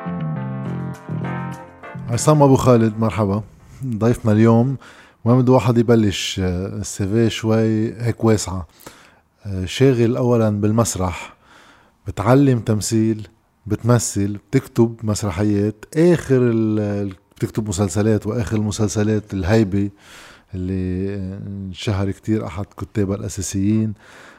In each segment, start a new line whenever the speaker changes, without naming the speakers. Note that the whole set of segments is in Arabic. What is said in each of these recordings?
عصام أبو خالد، مرحبا. ضيفنا اليوم وين بده واحد يبلش السيفي شوي هيك واسعة. شاغل أولا بالمسرح، بتعلم تمثيل، بتمثل، بتكتب مسرحيات، بتكتب مسلسلات، وآخر المسلسلات الهيبة اللي انشهر كتير، أحد كتابها الأساسيين.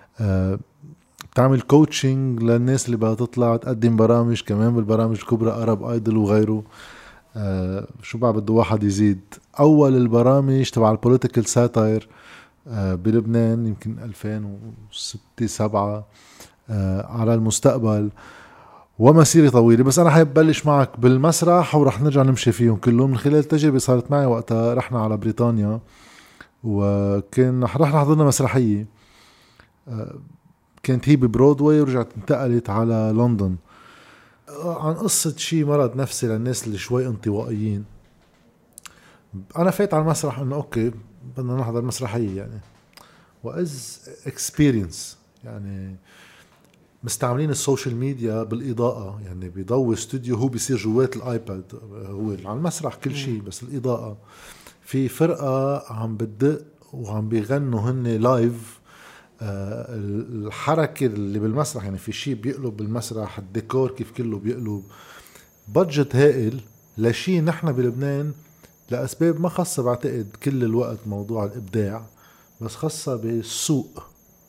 بتعمل كوتشنج للناس اللي بدها تطلع تقدم برامج، كمان بالبرامج الكبرى أرب آيدل وغيره. شو بقى بده واحد يزيد؟ أول البرامج تبع البوليتيكال ساتاير بلبنان يمكن 2006-7 على المستقبل، ومسيرة طويلة. بس أنا حابب بلش معك بالمسرح ورح نرجع نمشي فيهم كلهم من خلال تجربة صارت معي وقتها رحنا على بريطانيا، رحنا حضرنا مسرحية كانت هي ببرودواي ورجعت انتقلت على لندن، عن قصة شي مرض نفسي للناس اللي شوي انطوائيين. أنا فايت على المسرح إنه أوكي بدنا نحضر مسرحية يعني، وإز إكسبيرينس يعني. مستعملين السوشيال ميديا بالإضاءة، يعني بيضوي استوديو هو بيصير جوات الآيباد، هو على المسرح كل شيء بس الإضاءة. في فرقة عم بتدق وعم بيغنوا هن لايف. الحركة اللي بالمسرح يعني في شيء بيقلب بالمسرح، الديكور كيف كله بيقلب. بادجت هائل لشي نحن بلبنان لأسباب ما خاصة بعتقد كل الوقت موضوع الإبداع، بس خاصة بالسوق.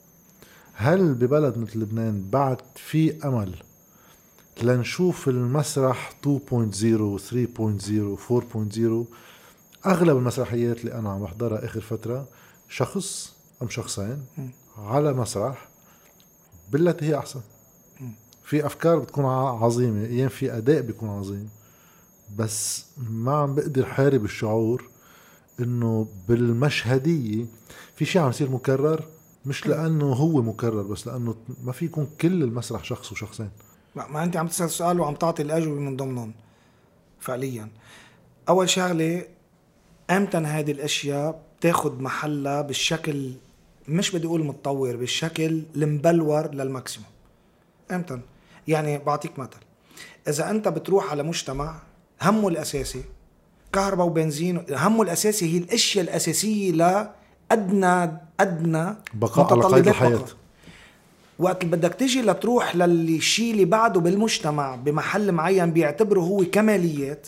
هل ببلد مثل لبنان بعد في أمل لنشوف المسرح 2.0 3.0 4.0؟ أغلب المسرحيات اللي أنا عم بحضرها آخر فترة شخص أم شخصين على مسرح بالتي هي أحسن. في أفكار بتكون عظيمة، أيام في أداء بيكون عظيم، بس ما عم بقدر حارب الشعور إنه بالمشهدية في شيء عم يصير مكرر، مش لأنه هو مكرر بس لأنه ما في يكون كل المسرح شخص وشخصين.
ما أنت عم تسأل سؤال وعم تعطي الأجوبة من ضمنهم. فعليا أول شغلة، أمتى هذه الأشياء بتاخد محلها بالشكل، مش بدي أقول متطور، بالشكل المبلور للماكسيموم؟ أمتى؟ يعني بعطيك مثل، إذا أنت بتروح على مجتمع همه الأساسي كهرباء وبنزين، همه الأساسي هي الأشياء الأساسية لأدنى
بقاء على قيد الحياة.
وقت اللي بدك تيجي لتروح للشيء اللي بعده بالمجتمع بمحل معين بيعتبره هو كماليات،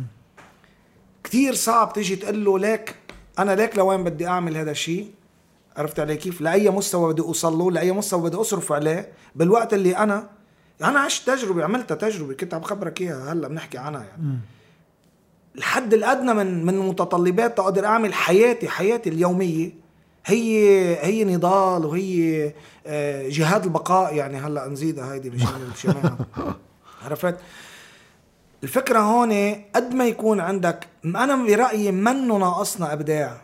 كتير صعب تيجي تقول له ليك أنا ليك لوين بدي أعمل هذا الشيء، عرفت علي كيف؟ لأي مستوى بدي أوصل له، لأي مستوى بدي أصرف عليه، بالوقت اللي أنا عشت تجربة، عملتها تجربة كنت عم بخبرك إياها هلأ بنحكي عنها يعني. الحد الأدنى من متطلبات تقدر أعمل حياتي اليومية هي نضال وهي جهاد البقاء يعني. هلأ نزيدها هيدي بشمالها عرفت؟ الفكرة هون قد ما يكون عندك، أنا برأيي منه ناقصنا إبداع،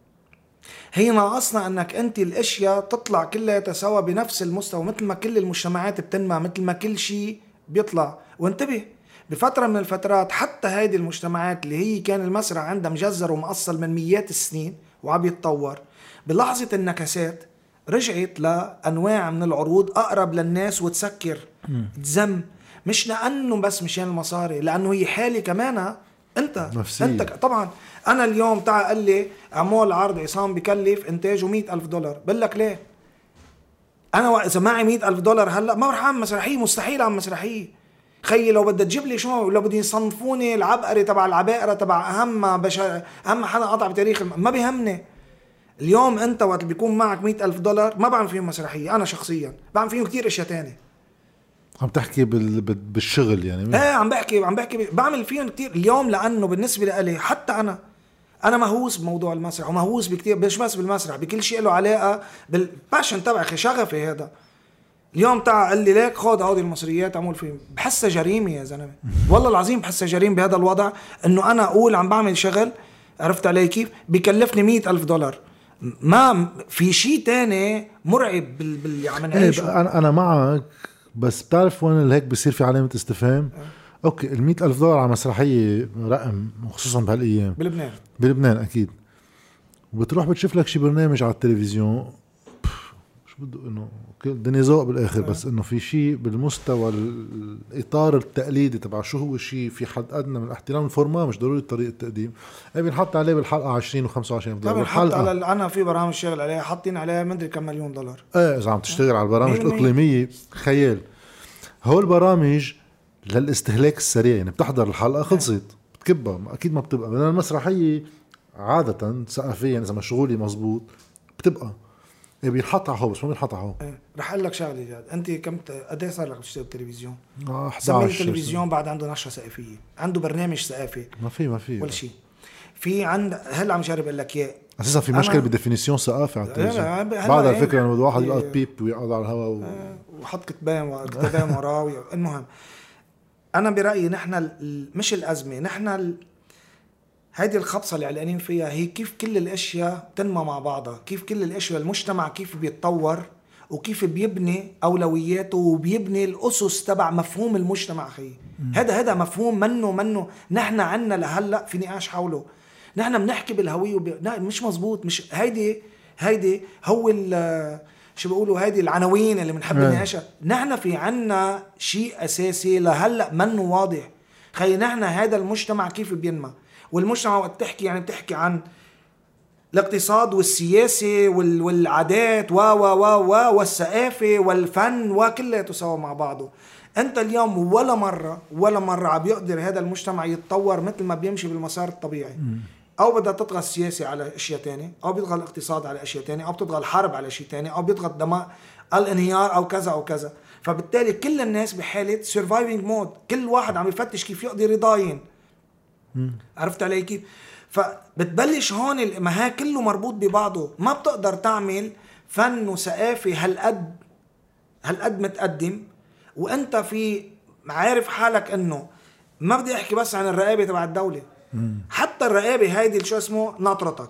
هي ناقصنا أنك أنت الأشياء تطلع كلها سوا بنفس المستوى، مثل ما كل المجتمعات بتنمى، مثل ما كل شيء بيطلع. وانتبه، بفترة من الفترات حتى هذه المجتمعات اللي هي كان المسرح عندها مجزر ومقصل من مئات السنين وعم يتطور، بلحظة النكسات رجعت لأنواع من العروض أقرب للناس وتسكر تزم، مش لأنه بس مشان المصاري، لأنه هي حالة كمان أنت
نفسية.
أنت طبعا. أنا اليوم تعال قال لي عمول عرض عصام بكلف إنتاجه $100,000، بقول لك ليه؟ أنا إذا معي $100,000 هلأ ما رح أعمل مسرحية، مستحيل أعمل مسرحية. خيي لو بدي تجيب لي شو، لو بدي يصنفوني العبقري تبع العبائرة تبع أهم حدا قطع بتاريخ ما بيهمني. اليوم أنت وقت بيكون معك $100,000 ما بعمل فيهم مسرحية، أنا شخصيا بعمل فيهم كتير أشياء تانية.
عم تحكي بالشغل يعني؟
ايه عم بحكي بعمل فيهم كتير اليوم، لأنه بالنسبة لي حتى أنا مهووس بموضوع المسرح، ومهووس بكتير، مش بس بالمسرح، بكل شيء له علاقة بالباشن تبعي، شغفي هذا. اليوم تعال قال لي ليك خذ هذه المصريات عمول فيهم، بحسها جريمة يا زلمة، والله العظيم بحسها جريمة بهذا الوضع، إنه أنا أقول عم بعمل شغل، عرفت علي كيف، بيكلفني $100,000. ما في شيء تاني مرعب عم نعيشه.
أنا معك، بس بتعرف وين اللي هيك بيصير في علامة استفهام؟ أوكي، $100,000 على مسرحية رقم، خصوصا بهالأيام
بلبنان
أكيد. وبتروح بتشوف لك شي برنامج على التلفزيون، شو بده انه الدنيا ذوق بالاخر، بس انه في شيء بالمستوى الاطار التقليدي تبع شو هو الشيء، في حد ادنى من احترام الفورما، مش ضروري طريقه التقديم. بنحط عليه بالحلقه 20 و25 دولار
بالحلقه. على انا في برامج شغل عليها حاطين عليها مدري كم مليون دولار.
اذا عم تشتغل على البرامج الاقليميه خيال. هول البرامج للاستهلاك السريع، يعني بتحضر الحلقه خلصت بتكبها، اكيد ما بتبقى. من المسرحيه عاده ثقافيا اذا مشغولي مزبوط بتبقى بينحط على هو، بس ما بينحط على هو.
رح اقول لك شغله جد، انت كم قد ايه صار لك تشتغل بالتلفزيون؟
11
التلفزيون بعد عنده نشره ثقافيه، عنده برنامج ثقافي،
ما في
ولا شيء. في عند هلا عم جرب اقول لك اياه
اساسا في مشكله بديفينيسيون ثقافه على التلفزيون. بعد الفكره انه الواحد يلقط بيب ويقعد على الهواء
وحط كتبان وراه. المهم انا برايي نحن مش الازمه، نحن هذه الخبصه اللي علقانين فيها هي كيف كل الاشياء تنمى مع بعضها، كيف كل الاشياء المجتمع كيف بيتطور وكيف بيبني اولوياته وبيبني الاسس تبع مفهوم المجتمع. اخي هذا مفهوم منه نحن عنا لهلا في نقاش حوله. نحن بنحكي بالهويه مش مزبوط. مش هيدي هو شو بيقولوا هيدي العناوين اللي بنحب نناقشها. نحن في عنا شيء اساسي لهلا منه واضح. خلي نحن هذا المجتمع كيف بينمى، والمجتمع وقت تحكي يعني بتحكي عن الاقتصاد والسياسة والعادات والثقافة والفن وكله تساوى مع بعضه. انت اليوم ولا مرة عم يقدر هذا المجتمع يتطور مثل ما بيمشي بالمسار الطبيعي. او بدها تطغى السياسة على اشياء تانية، او بيطغى الاقتصاد على اشياء تانية، او بتطغى الحرب على شيء تاني، او بيطغى دماء الانهيار او كذا او كذا. فبالتالي كل الناس بحالة surviving mode، كل واحد عم يفتش كيف يقدر يضاين. عرفت علي كيف؟ فبتبلش هون ما كله مربوط ببعضه. ما بتقدر تعمل فن وثقافة هالقد متقدم وانت في عارف حالك انه ما بدي احكي بس عن الرقابة تبع الدولة. حتى الرقابة هيدي شو اسمه ناطرتك،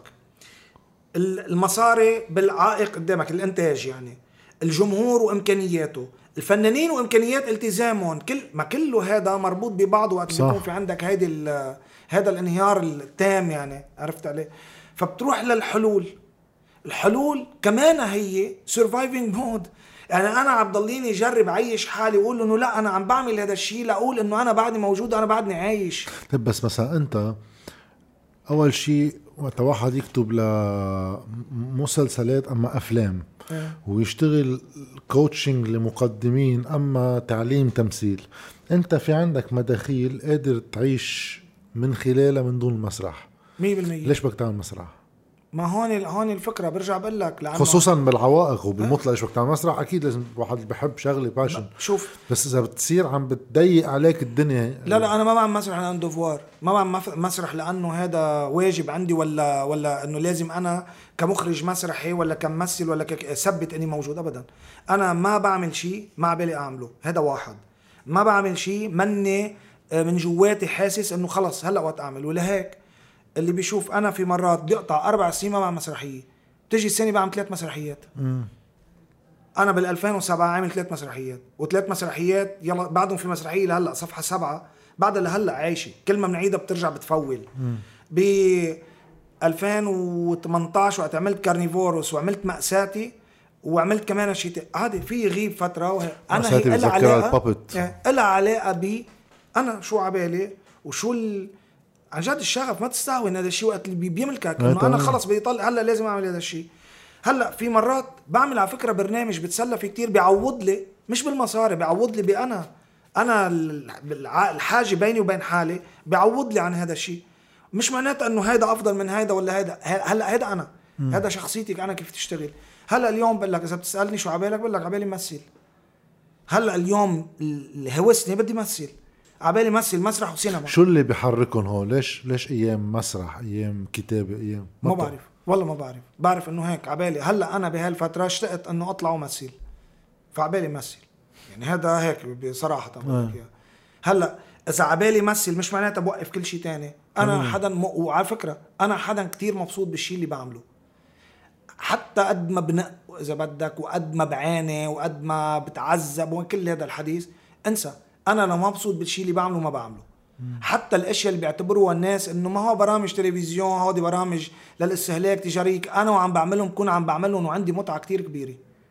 المصاري بالعائق قدامك، الانتاج يعني، الجمهور وامكانياته، الفنانين وامكانيات التزامهم، كله هذا مربوط ببعضه. وقت بيكون في عندك هذا الانهيار التام يعني. عرفت عليه؟ فبتروح للحلول. الحلول كمان هي surviving mode. يعني انا عم ضليني اجرب عيش حالي واقول انه لا انا عم بعمل هذا الشيء لاقول انه انا بعدني موجود، انا بعدني عايش.
طيب بس مثلا انت اول شيء وقت واحد يكتب لمسلسلات اما افلام ويشتغل كوتشنج لمقدمين اما تعليم تمثيل، انت في عندك مداخيل قادر تعيش من خلالها من دون المسرح 100%. ليش بدك تعمل مسرح؟
ما هون الفكره برجع بقول لك،
خصوصا بالعوائق وبالمطلق. ايش بدك تعمل مسرح؟ اكيد لازم واحد بحب شغله باشن.
شوف
بس اذا بتصير عم بتضيق عليك الدنيا.
لا انا ما بعمل مسرح لانه دوفوار، ما بعمل مسرح لانه هذا واجب عندي ولا انه لازم انا كمخرج مسرحي ولا كممثل ولا اثبت اني موجود. ابدا انا ما بعمل شيء ما عبالي اعمله. هذا واحد. ما بعمل شيء مني من جواتي حاسس انه خلص هلا وقت اعمل. ولهيك اللي بيشوف انا في مرات بيقطع 4 سنين ما بعمل مسرحيه، بتجي السنه بعمل 3 مسرحيات. انا بال 2007 عامل 3 مسرحيات و3 مسرحيات يلا بعدهم في مسرحيه لهلا صفحه 7 بعدها لهلا عايشه، كل ما بنعيدها بترجع بتفول. ب 2018 وقت عملت كارنيفوروس وعملت مأساتي وعملت كمان شيء عادي في يغيب فتره. انا هي لها علاقه بي انا شو عبالي وشو عن جد الشغف. ما تستهون هذا الشيء وقت اللي بيملكك انه انا خلص بدي طلع هلا لازم اعمل هذا الشيء. هلا في مرات بعمل على فكره برنامج بتسلى فيه كتير، بيعوض لي مش بالمصاري، بيعوض لي بانا الحاجه بيني وبين حالي، بيعوض لي عن هذا الشيء. مش معناته انه هيدا افضل من هيدا ولا هيدا. هلا هيدا انا هذا شخصيتك انا كيف تشتغل. هلا اليوم بقول لك اذا بتسالني شو عبالك بقول لك عبالي مثل. هلا اليوم الهوسني بدي مثل، عبالي مثل مسرح وسينما.
شو اللي بيحركهم هون؟ ليش ايام مسرح ايام كتابه ايام
ما بعرف والله ما بعرف. بعرف انه هيك عبالي. هلا انا بهالفتره اشتقت انه اطلع ومثل فعبالي مثل يعني. هذا هيك بصراحه طبعا. هلا اذا عبالي مثل مش معناته بوقف كل شيء تاني. انا حدا وعلى فكره انا حدا كتير مبسوط بالشيء اللي بعمله، حتى قد ما بنق اذا بدك وقد ما بعاني وقد ما بتعذب وكل هذا الحديث انسى. انا لو مبسوط بالشيء اللي بعمله ما بعمله. حتى الاشياء اللي بيعتبروها الناس انه ما هو برامج تلفزيون، هودي برامج للاستهلاك تجاري، انا وعم بعملهم بكون عم بعملهم وعندي متعه كتير كبيره.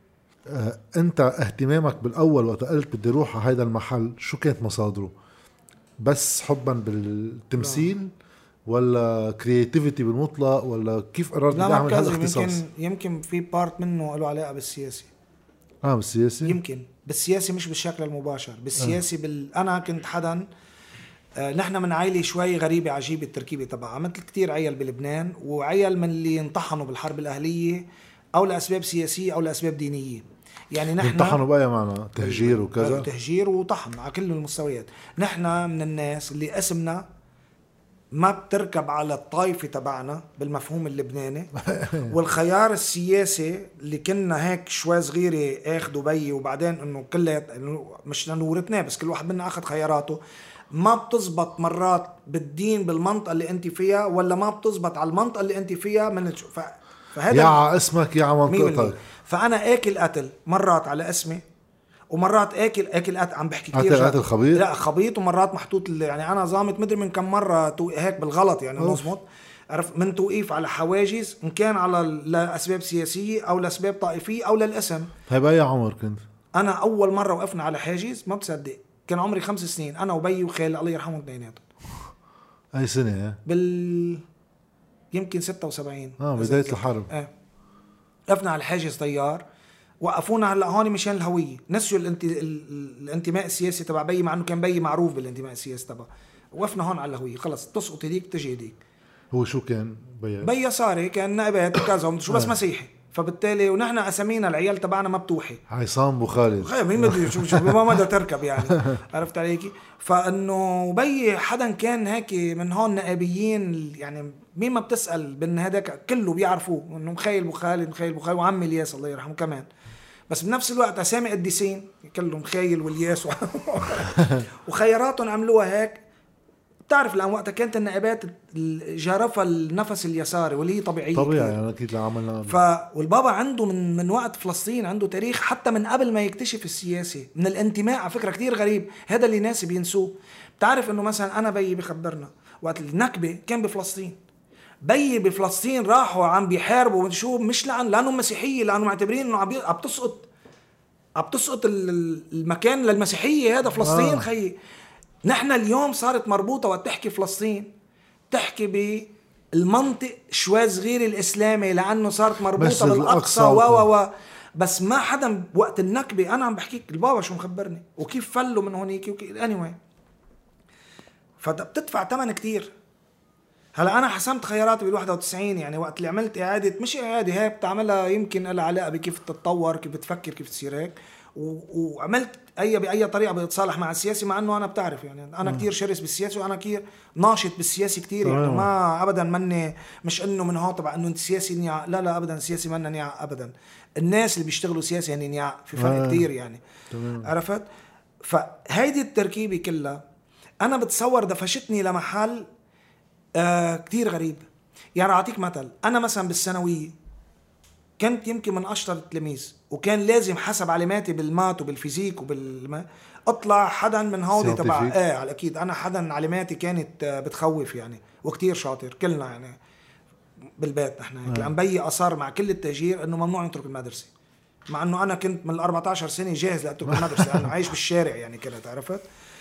انت اهتمامك بالاول وقت قلت بدي اروح على هيدا المحل شو كانت مصادره؟ بس حبا بالتمثيل ولا كرياتيفيتي بالمطلق ولا كيف قررت بدي اعمل هالاختصاص؟
يمكن في بارت منه له علاقه بالسياسي.
بالسياسي
يمكن بالسياسي مش بالشكل المباشر، بالسياسي انا كنت حدا نحن من عائله شوي غريبه عجيبه التركيبه تبعها، مثل كتير عيال بلبنان وعيال من اللي انطحنوا بالحرب الاهليه او لاسباب سياسيه او لاسباب دينيه. يعني نحن
انطحنوا باي معنى؟ تهجير وكذا؟
تهجير وطحن على كل المستويات. نحن من الناس اللي اسمنا ما بتركب على الطائفة تبعنا بالمفهوم اللبناني والخيار السياسي اللي كنا هيك شوي صغيرة اخدوا بي وبعدين انه كلها مش نورتنا بس كل واحد منا اخذ خياراته، ما بتزبط مرات بالدين بالمنطقة اللي انت فيها ولا ما بتزبط على المنطقة اللي انت فيها من
فهذا يا اسمك يا منطقتك.
فانا اكل قتل مرات على اسمي ومرات اكل قتل عم بحكي كثير
قتل خبيط.
لا خبيط ومرات محطوط يعني انا ضامت مدري من كم مره هيك بالغلط يعني نظمت عرف من توقيف على حواجز ان كان على لاسباب سياسيه او لاسباب طائفيه او للاسم.
هاي باي عمر كنت؟
انا اول مره وقفنا على حاجز ما بتصدق كان عمري 5 سنين انا وبي وخالي الله يرحمهم اثنيناتهم.
اي سنه؟
يمكن 76
بدايه الحرب.
وقفنا على حاجز طيار وقفونا هلا هون مشان الهويه، نسيوا الانتماء السياسي تبع بي مع انه كان بي معروف بالانتماء السياسي تبعه. وقفنا هون على الهويه خلص تسقط هديك تجي هديك.
هو شو كان
بي يساري كان نائبات وكذا شو بس مسيحي، فبالتالي ونحن اسامينا العيال تبعنا ما بتوحي
عصام ابو خالد
مين بدي شو ما مدى تركب يعني عرفت عليكي. فانه بي حدا كان هيك من هون نائبيين يعني مين ما بتسال بان هذاك كله بيعرفوه انه مخيل ابو خالد وعمي الياس الله يرحمه كمان، بس بنفس الوقت اسامي قديسين كلهم خايل والياس وخياراتهم عملوها هيك. بتعرف لان وقتها كانت النائبات جرفة النفس اليساري واللي هي طبيعيه
يعني اكيد عملنا
والبابا عنده من وقت فلسطين عنده تاريخ حتى من قبل ما يكتشف السياسي من الانتماء. على فكره كتير غريب هذا اللي ناس بينسوه. بتعرف انه مثلا انا بي بخبرنا وقت النكبه كان بفلسطين، بي بفلسطين راحوا عم بيحاربوا شو مش لانهم مسيحيه لانه معتبرين انه عم بتسقط المكان للمسيحيه هذا فلسطين. خيي نحن اليوم صارت مربوطه وقت تحكي فلسطين تحكي بالمنطق شوي صغير الاسلامي لانه صارت مربوطه بالاقصى بس ما حدا وقت النكبه. انا عم بحكيك البابا شو مخبرني وكيف فلوا من هونيك anyway. فبتدفع ثمن كتير. هلا انا حسمت خياراتي بال91 يعني وقت اللي عملت اعاده مش اعاده هي بتعملها يمكن لها علاقه بكيف تتطور كيف بتفكر كيف تصير هيك وعملت باي طريقه بتصالح مع السياسي مع انه انا بتعرف يعني انا كتير شرس بالسياسي وانا كتير ناشط بالسياسي كتير يعني ما ابدا مني مش انه من هون تبع انه انت سياسي نيع لا ابدا السياسي منا نيع ابدا. الناس اللي بيشتغلوا سياسي هن نيع في فرق كتير يعني عرفت. فهيدي التركيبه كلها انا بتصور دفشتني لمحل كتير غريب. يعني أعطيك مثل أنا مثلا بالثانوية كنت يمكن من أشطر التلاميذ وكان لازم حسب علاماتي بالمات وبالفيزيك أطلع حدا من هودي تبع على أكيد أنا حدا علاماتي كانت بتخوف يعني وكتير شاطر كلنا يعني بالبيت نحن لأن بي أصر مع كل التهجير إنه ممنوع نترك المدرسة مع إنه أنا كنت من 14 سنة جاهز لأترك المدرسة لأنه عايش بالشارع يعني كنت عرفت.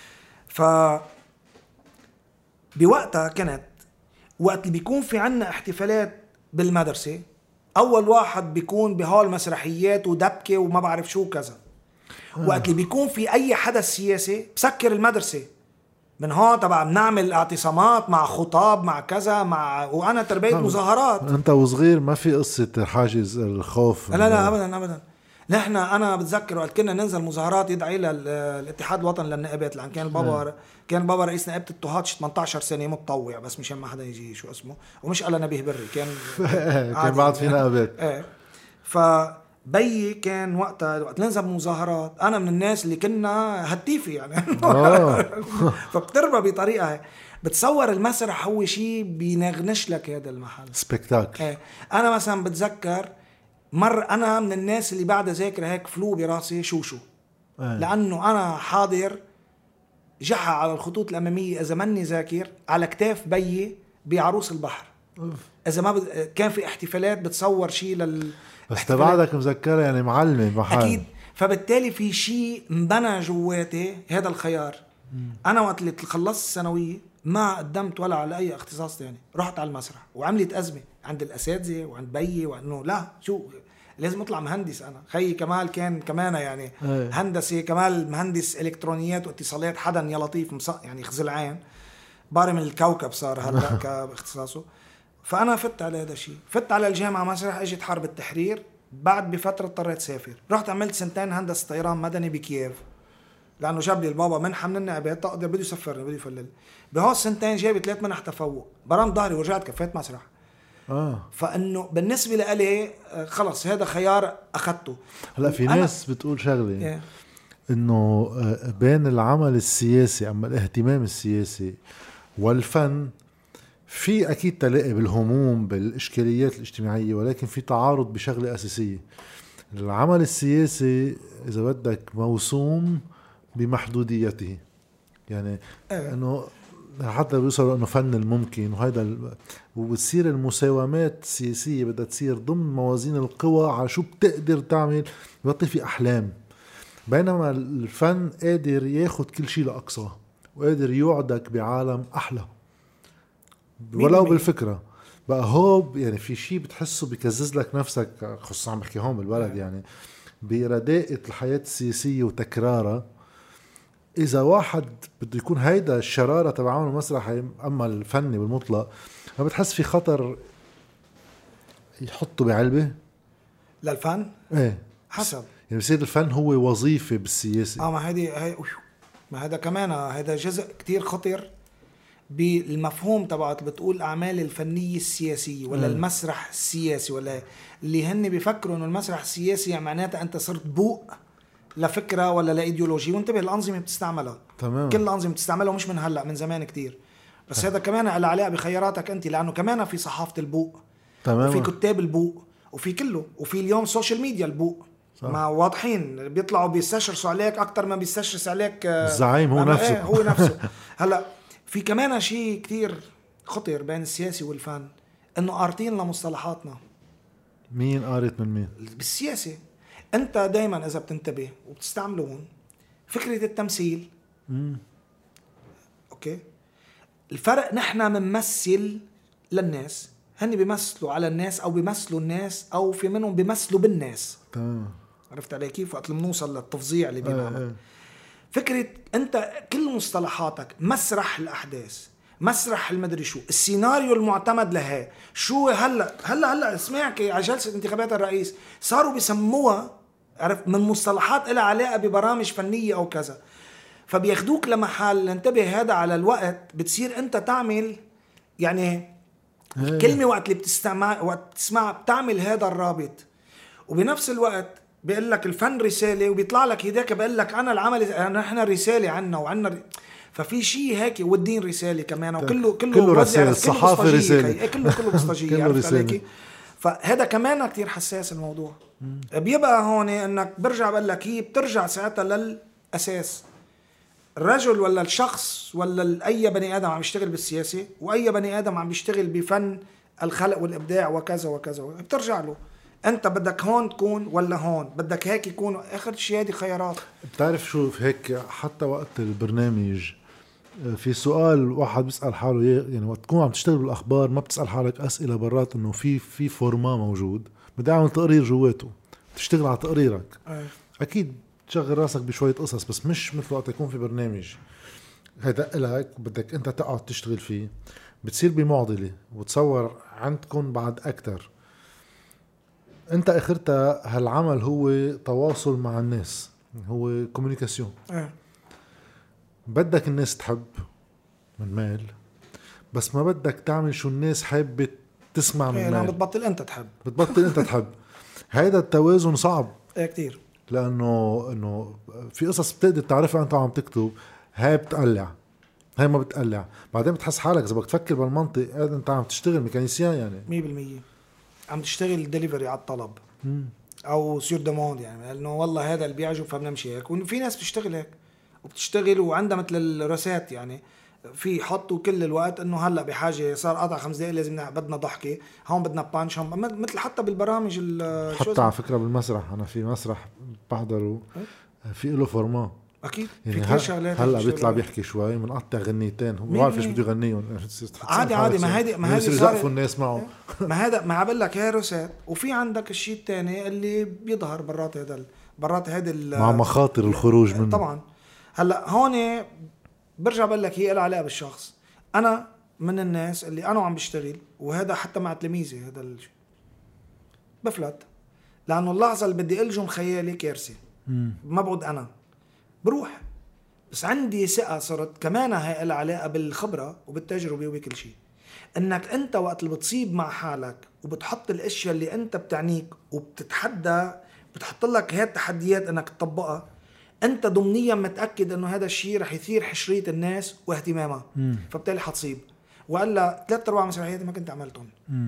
بوقتها كانت وقت اللي بيكون في عنا احتفالات بالمدرسة أول واحد بيكون بهول مسرحيات ودبكة وما بعرف شو كذا. وقت اللي بيكون في أي حدث سياسي بسكر المدرسة من هون تبع بنعمل اعتصامات مع خطاب مع كذا وأنا تربيت مظاهرات.
أنت وصغير ما في قصة حاجز الخوف؟
لا أبدا. نحن أنا بتذكر وقت كنا ننزل مظاهرات يدعي للاتحاد الوطني للنائبات لأن كان بابا رئيس نائبة الطهات 18 سنة متطوع بس مشان ما حدا يجي شو اسمه ومش قال نبيه بري كان
كان بعد في نائبات.
فبي كان وقت ننزل مظاهرات أنا من الناس اللي كنا هتيفي يعني فبتربى بطريقة بتصور المسرح هو شيء بينغنش لك هذا المحل
سبكتاكل.
أنا مثلا بتذكر أنا من الناس اللي بعد ذاكر هيك فلو براسي شو لأنه أنا حاضر جحا على الخطوط الأمامية إذا مني ذاكر على كتاف بيي بعروس البحر اذا ما كان في احتفالات بتصور شيء
بس تبعدك مذكرة يعني معلمة محل
اكيد. فبالتالي في شيء انبنى جواتي هذا الخيار. انا وقت اللي خلصت الثانويه ما قدمت ولا على اي اختصاص تاني، رحت على المسرح وعملت ازمه عند الاساتذه وعند بيي، وانه لا شو لازم اطلع مهندس. انا خيي كمال كان كمان يعني هندسه، كمال مهندس الكترونيات واتصالات، حدا يا لطيف يعني خزل عين بارم الكوكب صار هلا كاختصاصه. فانا فت على هذا الشيء، فت على الجامعه مسرح، اجت حرب التحرير، بعد بفتره اضطريت اسافر، رحت عملت 2 سنين هندسه طيران مدني بكييف، لانه جاب لي البابا منحه من النقابات تقدر بده يسفرني بده يفلل. بهول 2 سنين جايب 3 منح تفوق، برمت ظهري ورجعت كفيت مسرح. فانه بالنسبه لي خلص هذا خيار اخذته.
هلا في ناس بتقول شغله انه بين العمل السياسي اما الاهتمام السياسي والفن في اكيد تلاقي بالهموم بالاشكاليات الاجتماعيه، ولكن في تعارض بشغله اساسيه. العمل السياسي اذا بدك موسوم بمحدوديته، يعني انه حتى بيوصلوا انه فن الممكن وهذا وبتصير المساومات السياسيه بدها تصير ضمن موازين القوى على شو بتقدر تعمل، بيعطي في احلام. بينما الفن قادر ياخد كل شيء لاقصى وقادر يوعدك بعالم احلى ولو بالفكره. بقى هو يعني في شيء بتحسه بيكزز لك نفسك، خصوصا عم بحكي هون بالبلد، يعني برداءة الحياه السياسيه وتكرارها. إذا واحد بده يكون هيدا الشرارة تبع عمل المسرحي أما الفني بالمطلق، ما بتحس في خطر يحطه بعلبة
للفن؟
إيه
حسب
يعني بصير الفن هو وظيفة بالسياسة.
ما هذا كمان هذا جزء كتير خطر بالمفهوم تبعت بتقول الأعمال الفنية السياسية ولا المسرح السياسي، ولا اللي هن بيفكروا إنه المسرح السياسي يعني معناتها أنت صرت بوق لفكرة ولا لإيديولوجيا. وانتبه الأنظمة بتستعملها تمام. كل الأنظمة بتستعملها ومش من هلأ، من زمان كتير. بس هذا كمان على علاقة بخياراتك أنت، لأنه كمان في صحافة البوق تمام، وفي كتاب البوق، وفي كله، وفي اليوم سوشيال ميديا البوق ما واضحين بيطلعوا بيستشرسوا عليك أكتر ما بيستشرس عليك
الزعيم هو نفسه.
هو نفسه. هلأ في كمان شيء كتير خطير بين السياسي والفن، إنه قارتين لمصطلحاتنا.
مين قارت من مين؟
بالسياسة انت دايما اذا بتنتبه وبتستعملون فكرة التمثيل. اوكي، الفرق نحن بنمثل للناس، هن بيمثلوا على الناس او بيمثلوا الناس او في منهم بيمثلوا بالناس. عرفت علي كيف؟ وقت بنوصل للتفظيع اللي بينعمل. فكرة انت كل مصطلحاتك، مسرح الاحداث، مسرح المدري شو، السيناريو المعتمد لها شو. هلا اسمعك على جلسة انتخابات الرئيس صاروا بيسموها عرف من مصطلحات لها علاقة ببرامج فنية او كذا، فبياخدوك لمحل. انتبه هذا على الوقت بتصير انت تعمل يعني الكلمة وقت اللي وقت تسمع بتعمل هذا الرابط، وبنفس الوقت بيقول لك الفن رسالة، وبيطلع لك هداك بيقول لك أنا العمل نحن رسالة عنا وعنا ففي شيء هيك، والدين رسالة كمان، وكله
رسالة، الصحافة رسالة،
كله بسطجية. عرفت عليكي؟ فهذا كمان كتير حساس الموضوع. بيبقى هون انك برجع بقول لك هي بترجع ساعتها للأساس، الرجل ولا الشخص ولا أي بني آدم عم يشتغل بالسياسة، وأي بني آدم عم يشتغل بفن الخلق والإبداع وكذا وكذا، بترجع له انت بدك هون تكون ولا هون، بدك هيك يكون. اخر شيء هذه خيارات. بتعرف
شو هيك حتى وقت البرنامج في سؤال واحد بيسأل حاله، يعني وقت تكون عم تشتغل بالاخبار ما بتسأل حالك اسئله برات انه في فورما موجود بدي اعمل تقرير جواته، تشتغل على تقريرك. اكيد تشغل راسك بشويه قصص، بس مش مثل وقت يكون في برنامج هيدا لك بدك انت تقعد تشتغل فيه، بتصير بمعضله وتصور عندكم بعد اكتر. انت اخرتها هالعمل هو تواصل مع الناس، هو كوميونيكاسيون. بدك الناس تحب من مال، بس ما بدك تعمل شو الناس حابة تسمع من مال.
بتبطل انت
تحب. هيدا التوازن صعب
كتير،
لانه في قصص بتقدر تعرفها انت عم تكتب، هاي بتقلع، هاي ما بتقلع. بعدين بتحس حالك اذا بدك تفكر بالمنطق انت عم تشتغل ميكانيسيان، يعني
100% عم تشتغل ديليفري على الطلب او سير دوموند، يعني انه والله هذا اللي بيعجب فبنمشي هيك. وفي ناس بتشتغل هيك وبتشتغل وعندها مثل الرسات، يعني في حطوا كل الوقت انه هلا بحاجه، صار قطع 5 دقائق لازم بدنا ضحكه، هون بدنا بانش، هون مثل حتى بالبرامج
حتى على فكره بالمسرح، انا في مسرح بحضره في له فورما
اكيد
يعني
في كثير شغلات.
هلا بيطلع بيحكي شوي منقطع غنيتين، هو ما بعرف ايش بده يغنيهم
عادي ما هيدي
صارت الناس معه
ما عبال لك هي روسات. وفي عندك الشيء الثاني اللي بيظهر برات هذا
مع مخاطر الخروج منه
طبعا. هلا هون برجع بقول لك هي لها علاقه بالشخص. انا من الناس اللي انا عم بشتغل، وهذا حتى مع تلاميذي هذا الشيء بفلت، لانه اللحظه اللي بدي الجم خيالي كارثه، ما بقعد انا بروح. بس عندي ثقه صرت كمان هي لها علاقه بالخبره وبالتجربه وبكل شيء، انك انت وقت اللي بتصيب مع حالك وبتحط الاشياء اللي انت بتعنيك وبتتحدى، بتحط لك هي التحديات انك تطبقها، انت ضمنيا متاكد انه هذا الشيء رح يثير حشريه الناس واهتمامها، فبالتالي حتصيب. والا 3/4 مسرحياتي ما كنت عملتهم،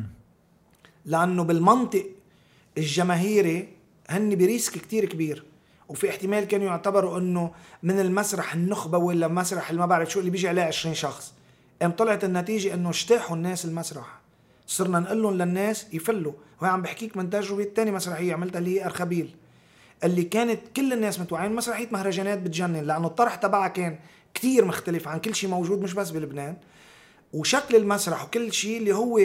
لانه بالمنطق الجماهيري هن بريسك كتير كبير، وفي احتمال كانوا يعتبروا انه من المسرح النخبه ولا مسرح اللي ما بعرف شو اللي بيجي عليه 20 شخص. طلعت النتيجه انه اجتاحوا الناس المسرح، صرنا نقول لهم للناس يفلوا. وهي عم بحكيك من تجربه تاني مسرحيه عملتها اللي هي أرخبيل، اللي كانت كل الناس متوعين مسرحيه مهرجانات بتجنن، لانه الطرح تبعها كان كتير مختلف عن كل شيء موجود مش بس بلبنان، وشكل المسرح وكل شيء اللي هو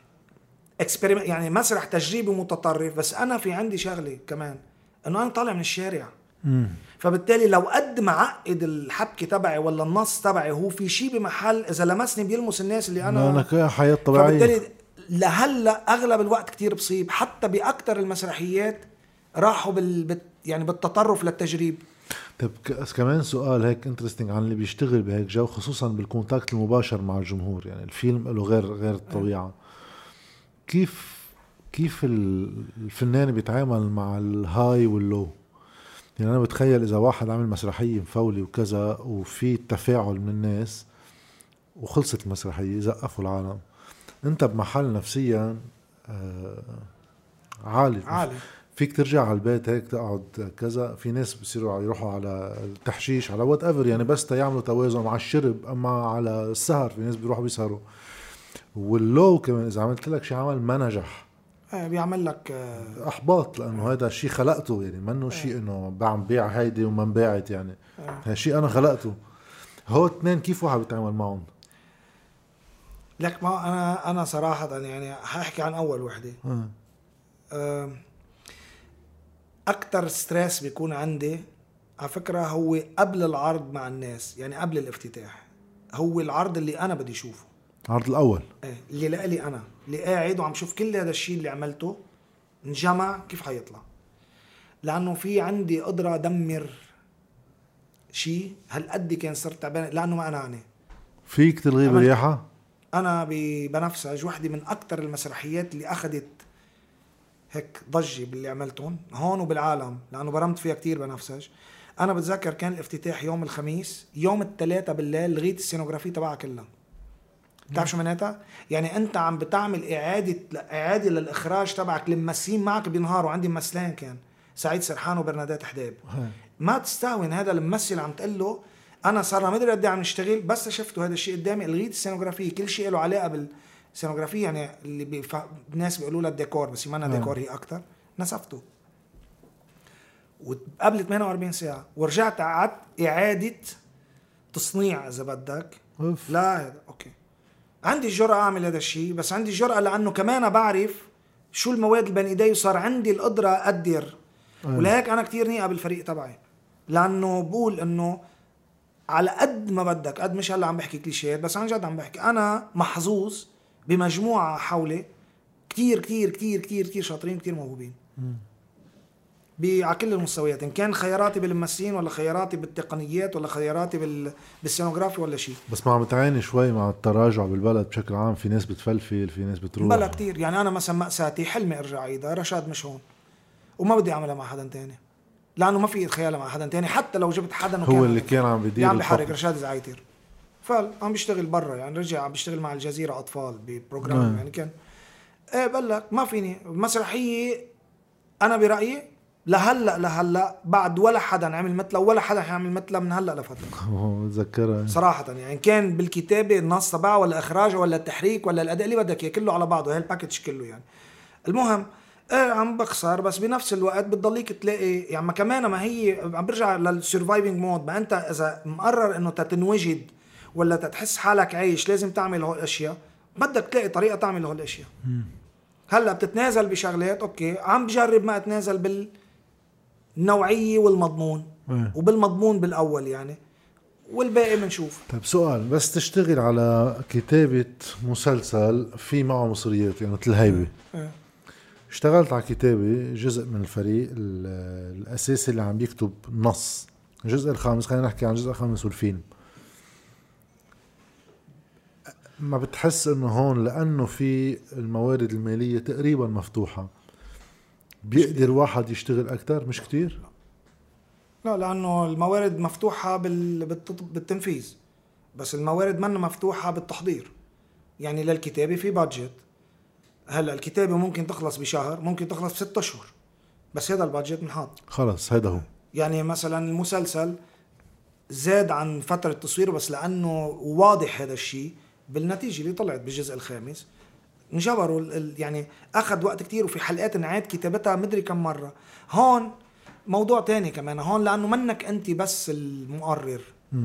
يعني مسرح تجريبي متطرف. بس انا في عندي شغله كمان، انه انا طالع من الشارع، فبالتالي لو قد ما عقد الحبكه تبعي ولا النص تبعي هو في شيء بمحل اذا لمسني بيلمس الناس اللي انا
حياة طبيعية،
فبالتالي لهلا اغلب الوقت كتير بصيب. حتى باكثر المسرحيات راحوا يعني بالتطرف للتجريب.
طيب كمان سؤال هيك انترستينج عن اللي بيشتغل بهيك جو، خصوصا بالكونتاكت المباشر مع الجمهور. يعني الفيلم له غير الطبيعة. كيف الفنان بيتعامل مع الهاي واللو؟ يعني أنا بتخيل إذا واحد عامل مسرحية مفولي وكذا وفي تفاعل من الناس وخلصت المسرحية زقفوا العالم، أنت بمحل نفسيا عالي فيك ترجع على البيت هيك تقعد كذا. في ناس بيصيروا يروحوا على التحشيش على وات ايفر، يعني بس يعملوا توازن مع الشرب. أما على السهر في ناس بيروحوا بيسهروا. واللو كمان إذا عملت لك شيء عمل ما نجح
بيعمل لك
احباط، لانه هذا الشيء خلقته، يعني منه شيء انه بعم بيع هيدي وما انباعت، يعني هذا شيء انا خلقته. هو اثنين كيف واحد بيتعامل معهم؟
لك ما انا صراحه يعني هحكي عن اول وحده. اكتر ستريس بيكون عندي على فكره هو قبل العرض مع الناس، يعني قبل الافتتاح. هو العرض اللي انا بدي اشوفه،
العرض الاول
اللي لقلي انا، اللي قاعد وعم شوف كل هذا الشيء اللي عملته انجمع كيف حيطلع. لانه في عندي قدره ادمر شيء هالقد كان صرت تعبان، لانه ما انا
فيك تلغي برياحه.
انا بنفسج وحده من اكتر المسرحيات اللي اخذت هيك ضجه باللي عملتهم هون وبالعالم، لانه برمت فيها كتير بنفسج. انا بتذكر كان الافتتاح يوم الخميس، يوم الثلاثاء بالليل لغيت السينوغرافي تبعها كلها. بتعرف شو معناتها؟ يعني انت عم بتعمل اعاده للاخراج تبعك، الممثلين معك بينهاروا. عندي ممثلين كان سعيد سرحان وبرنادات حداب، ما تستهون هذا الممثل عم تقول له انا صار ما ادري قد ايه عم نشتغل، بس شفته هذا الشيء قدامي الغيت السينوغرافي، كل شيء له علاقه بالسينوغرافي، يعني اللي الناس بيقولوا لها الديكور، بس ما أنا ديكور هي اكثر، نسفته. وقبل 48 ساعه ورجعت قعدت اعاده تصنيع اذا بدك. لا هذا اوكي، عندي الجرأة أعمل هذا الشيء، بس عندي الجرأة لأنه كمان بعرف شو المواد اللي بين إيدي، وصار عندي القدرة أقدر. ولهيك أنا كتير نيقة بالفريق تبعي، لأنه بقول إنه على قد ما بدك، قد مش هلا عم بحكي كليشيات، بس عن جد عم بحكي، أنا محظوظ بمجموعة حولي كتير كتير كتير كتير كتير شاطرين، كتير موهوبين على كل المستويات، إن كان خياراتي بالممثلين ولا خياراتي بالتقنيات ولا خياراتي بالسينوغرافي ولا شيء.
بس ما عم بتعاني شوي مع التراجع بالبلد بشكل عام؟ في ناس بتفلفل، في ناس بتروح
بلا كتير. يعني أنا مثلا مأساتي حلمي أرجع عيدها، رشاد مش هون وما بدي أعملها مع حدا تاني، لأنه ما في أتخيلها مع حدا تاني. حتى لو جبت حدا
هو اللي كان عم بيدير
عم بحرك رشاد زعيتر، فعم بيشتغل برا، يعني رجع عم بيشتغل مع الجزيرة أطفال ببروجرام. يعني كان بقول لك ما فيني مسرحية. أنا برأيي لهلا بعد ولا حدا عمل مثله ولا حدا حيعمل مثله من هلا لفتره.
بتذكرها
صراحه يعني كان بالكتابه النص تبعه ولا اخراجه ولا التحريك ولا الاداء اللي بدك اياه كله على بعضه، هي الباكج كله يعني. المهم عم بخسر، بس بنفس الوقت بتضليك تلاقي يعني ما كمان ما هي عم برجع للسرفايفنج مود. ما انت اذا مقرر انه تتنوجد ولا تحس حالك عايش لازم تعمل هول الاشياء، بدك تلاقي طريقه تعمل هول الاشياء. هلا بتتنازل بشغلات، اوكي عم بجرب ما اتنازل بالنوعيه والمضمون وبالمضمون بالاول يعني، والباقي بنشوف.
طيب سؤال، بس تشتغل على كتابة مسلسل في معه مصريات يعني مثل هيبة، اشتغلت على كتابة جزء من الفريق الأساسي اللي عم يكتب نص الجزء الخامس، خلينا نحكي عن الجزء الخامس والفيلم، ما بتحس انه هون لأنه في الموارد المالية تقريبا مفتوحة بيقدر واحد يشتغل أكتر مش كتير؟
لا، لأنه الموارد مفتوحة بالتنفيذ، بس الموارد منا مفتوحة بالتحضير. يعني للكتابة في بادجت، هلا الكتابة ممكن تخلص بشهر، ممكن تخلص ب6 أشهر، بس هذا البادجت منحط
خلص هيدا هو.
يعني مثلا المسلسل زاد عن فترة تصويره، بس لأنه واضح هذا الشيء بالنتيجة اللي طلعت بالجزء الخامس انجبروا يعني أخذ وقت كتير، وفي حلقات نعاد كتابتها مدري كم مرة. هون موضوع تاني كمان، هون لأنه منك أنت بس المقرر،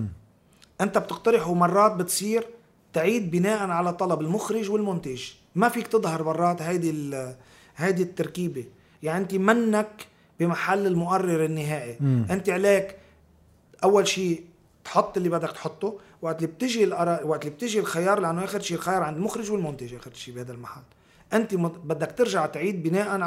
أنت بتقترح ومرات بتصير تعيد بناء على طلب المخرج والمنتج، ما فيك تظهر برات هيدي التركيبة. يعني أنت منك بمحل المقرر النهائي. أنت عليك أول شيء تحط اللي بدك تحطه، وقت اللي بتجي وقت اللي بتجي الخيار، لأنه آخر شيء الخيار عند المخرج والمنتج آخر شيء بهذا المحل. أنت بدك ترجع تعيد بناء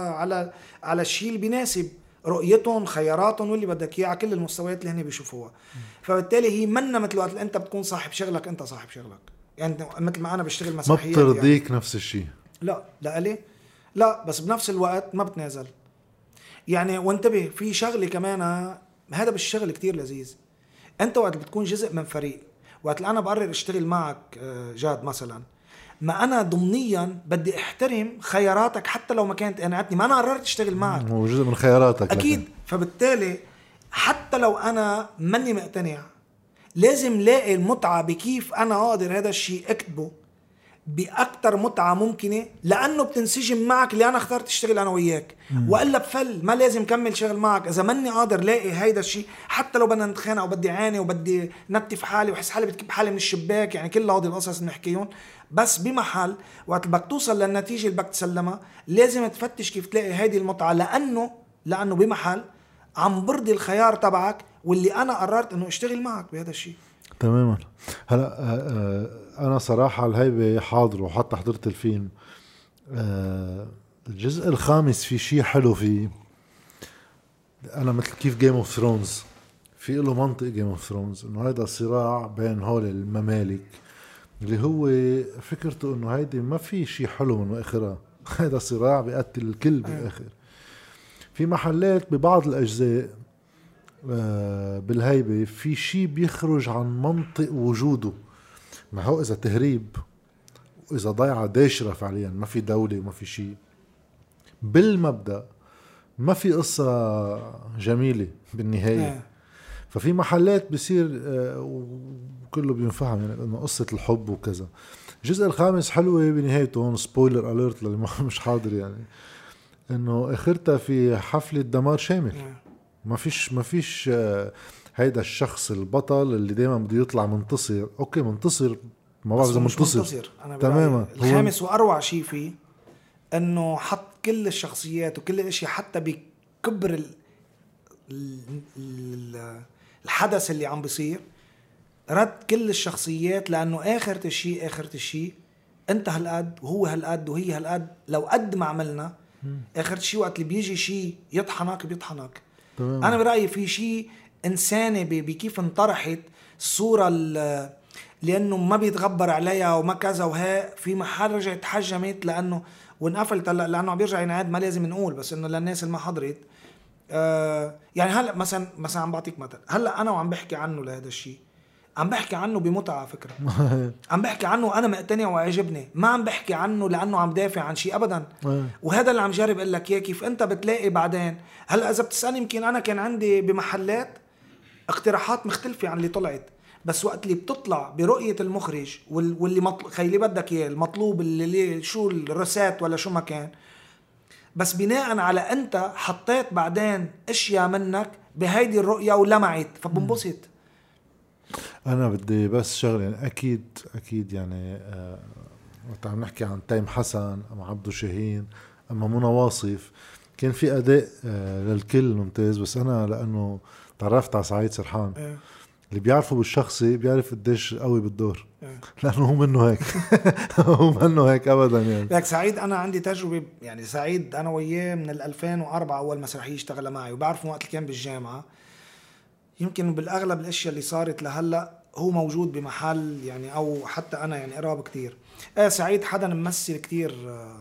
على الشيء اللي بيناسب رؤيتهم، خياراتهم، واللي بدك اياه على كل المستويات اللي هني بيشوفوها. فبالتالي هي منا مثل وقت انت بتكون صاحب شغلك، انت صاحب شغلك يعني مثل ما انا بشتغل مسرحيات
ما بترضيك
يعني.
نفس الشيء؟
لا لي لا، بس بنفس الوقت ما بتنازل يعني. وانتبه في شغله كمان، هذا بالشغل كتير لذيذ. انت وقت بتكون جزء من فريق، وقت اللي انا بقرر اشتغل معك جاد مثلا، ما انا ضمنيا بدي احترم خياراتك حتى لو ما كانت قنعتني، ما انا قررت اشتغل معك،
هو جزء من خياراتك
اكيد
لكن.
فبالتالي حتى لو انا ماني مقتنع لازم لاقي المتعة بكيف انا اقدر هذا الشيء اكتبه باكتر متعة ممكنة، لانه بتنسجم معك اللي انا اخترت اشتغل انا وياك. والا بفل، ما لازم كمل شغل معك اذا ماني قادر لاقي هيدا الشيء، حتى لو بدنا نتخانق وبدي عاني وبدي نتف حالي وحس حالي بتكب حالي من الشباك، يعني كل هذه القصص بنحكيهم. بس بمحل وقت بدك توصل للنتيجة اللي بدك تسلمها لازم تفتش كيف تلاقي هيدي المتعة، لانه بمحل عم برضي الخيار تبعك واللي انا قررت انه اشتغل معك بهذا الشيء.
تماما. هلا انا صراحه الهيبه حاضر وحتى حضرت الفيلم. الجزء الخامس في شيء حلو فيه، انا مثل كيف جيم اوف ثرونز في له منطق جيم اوف ثرونز، انه هيدا الصراع بين هول الممالك اللي هو فكرته انه هيدي ما في شيء حلو من اخرها هيدا صراع بيقتل الكل بالاخر. في محلات ببعض الاجزاء بالهيبة في شيء بيخرج عن منطق وجوده، ما هو إذا تهريب وإذا ضيعة داشرة فعليا، ما في دولة وما في شيء بالمبدأ، ما في قصة جميلة بالنهاية. ففي محلات بيصير وكله بينفهم يعني إنه قصة الحب وكذا. الجزء الخامس حلوة بنهايته، سبويلر أليرت للي مش حاضر يعني، إنه آخرتها في حفلة دمار شامل. ما فيش هيدا الشخص البطل اللي دايما بده يطلع منتصر. اوكي منتصر، ما بعرف اذا منتصر
تماما. الخامس واروع شيء فيه انه حط كل الشخصيات وكل الاشياء حتى بكبر الحدث اللي عم بيصير، رد كل الشخصيات، لانه اخرة الشيء انت هالقد وهو هالقد وهي هالقد، لو قد ما عملنا اخر شيء وقت اللي بيجي شيء يطحنك بيطحنك. أنا برأيي في شيء إنساني بكيف انطرحت الصورة لأنه ما بيتغبر عليها وما كذا، وها في محل رجعت تحجمت لأنه وانقفلت لأنه عم بيرجع ينعاد، ما لازم نقول بس إنه للناس اللي ما حضرت. يعني هلا مثلا عم بعطيك مثل، هلا أنا وعم بحكي عنه لهذا الشيء، عم بحكي عنه بمتعة على فكرة. عم بحكي عنه أنا مقتنع وعجبني، ما عم بحكي عنه لأنه عم دافع عن شيء أبدا. وهذا اللي عم جارب أقول لك إياه، كيف أنت بتلاقي بعدين. هلأ إذا بتسألني يمكن أنا كان عندي بمحلات اقتراحات مختلفة عن اللي طلعت، بس وقت اللي بتطلع برؤية المخرج واللي خيلي بدك إياه المطلوب اللي شو الرسات ولا شو ما كان، بس بناء على أنت حطيت بعدين أشياء منك بهيدي الرؤية ولمعت، فبنبسط.
أنا بدي بس شغله، يعني أكيد يعني وقت عم نحكي عن تيم حسن أم عبدو شاهين أما منى واصف، كان في أداء للكل ممتاز. بس أنا لأنه تعرفت على سعيد سرحان اللي بيعرفه بالشخصي بيعرف قديش قوي بالدور، لأنه هو منه هيك. هو منه هيك أبدا يعني.
لك سعيد أنا عندي تجربة، يعني سعيد أنا وياه من 2004 أول مسرحية اشتغل معي، وبعرفه وقت اللي كان بالجامعة. يمكن بالأغلب الأشياء اللي صارت لهلأ هو موجود بمحل يعني، أو حتى أنا يعني قراب كتير. سعيد حدا ممثل كتير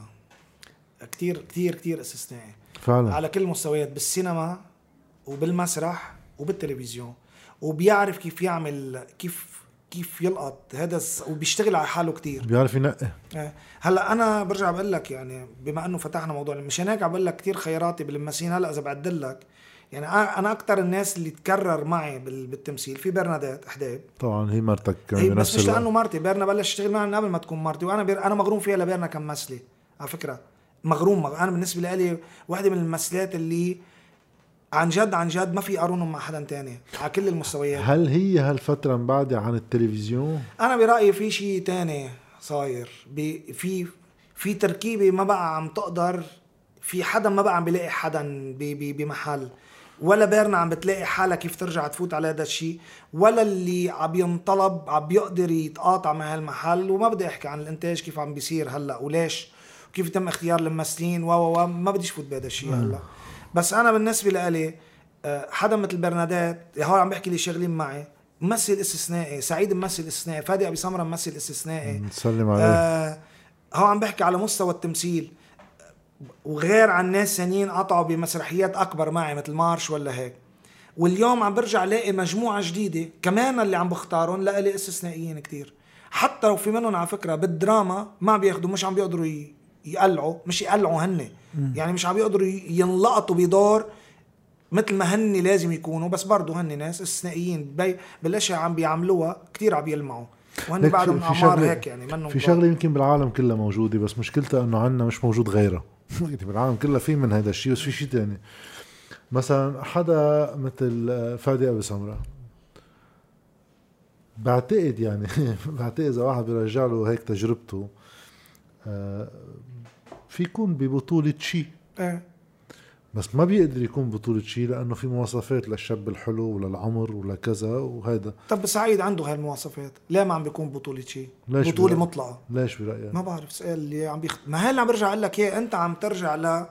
كتير كتير كتير استثنائي
فعلا
على كل المستويات، بالسينما وبالمسرح وبالتلفزيون، وبيعرف كيف يعمل كيف يلقط هذا وبيشتغل على حاله كتير،
بيعرف ينقي.
هلا انا برجع بقول لك يعني بما انه فتحنا موضوع، مش هناك عم بقول لك كثير خياراتي بالممثلين. هلا اذا بعدل لك يعني انا اكثر الناس اللي تكرر معي بالتمثيل في برنادات حداد.
طبعا هي مرتك
هي بس مش لانه مرتي، بيرنا بلش يشتغل معي من قبل ما تكون مرتي، وانا انا مغروم فيها لبيرنا كممثله على فكره. مغروم انا بالنسبه لي واحده من الممثلات اللي عن جد ما في قارونهم مع حدا تاني على كل المستويات.
هل هي هالفترة مبعدة عن التلفزيون؟
أنا برأيي في شيء تاني صاير، في تركيبة ما بقى عم تقدر، في حدا ما بقى عم بلاقي حدا بمحل، ولا بيرنا عم بتلاقي حالة كيف ترجع تفوت على هذا الشيء، ولا اللي عم ينطلب عم بيقدر يتقاطع مع هالمحل. وما بدي أحكي عن الإنتاج كيف عم بيصير هلأ وليش وكيف تم اختيار الممثلين ما بديش فوت بهذا الشيء هلأ. بس أنا بالنسبة لي حدا مثل برنادات هون عم بحكي لي شغلين معي، ممثل استثنائي، سعيد ممثل استثنائي، فادي أبي سمرة ممثل استثنائي،
نسلم عليه.
هون عم بحكي على مستوى التمثيل، وغير عن ناس ثانيين قطعوا بمسرحيات أكبر معي مثل مارش ولا هيك. واليوم عم برجع لاقي مجموعة جديدة كمان اللي عم بختارون لقلي استثنائيين كتير، حتى لو في منهم على فكرة بالدراما ما بياخدوا، مش عم بيقدروا يقلعوا، مش يقلعوا هن يعني مش عم بيقدروا ينلقطوا بدور مثل ما هن لازم يكونوا، بس برضو هن ناس استثنائيين بالاشياء عم بيعملوها كتير عم يلمعوا، وهن بعدهم اعمار هيك يعني.
في شغله يمكن بالعالم كله موجوده، بس مشكلتها انه عنا مش موجود غيرها. بالعالم كله في من هذا الشيء، بس في شيء تاني. مثلا حدا مثل فادي أبي سمرة، بعتقد يعني بعتقد اذا واحد بيرجع له هيك تجربته في يكون ببطولة شيء بس ما بيقدر يكون بطولة شيء لأنه في مواصفات للشاب الحلو ولا العمر ولا كذا وهيدا.
طب سعيد عنده هالمواصفات، ليه ما عم بيكون بطولة شيء؟ بطولة مطلقة.
ليش برأيك؟
ما بعرف، سؤال اللي عم ما هل عم برجع أقول لك ايه، أنت عم ترجع ل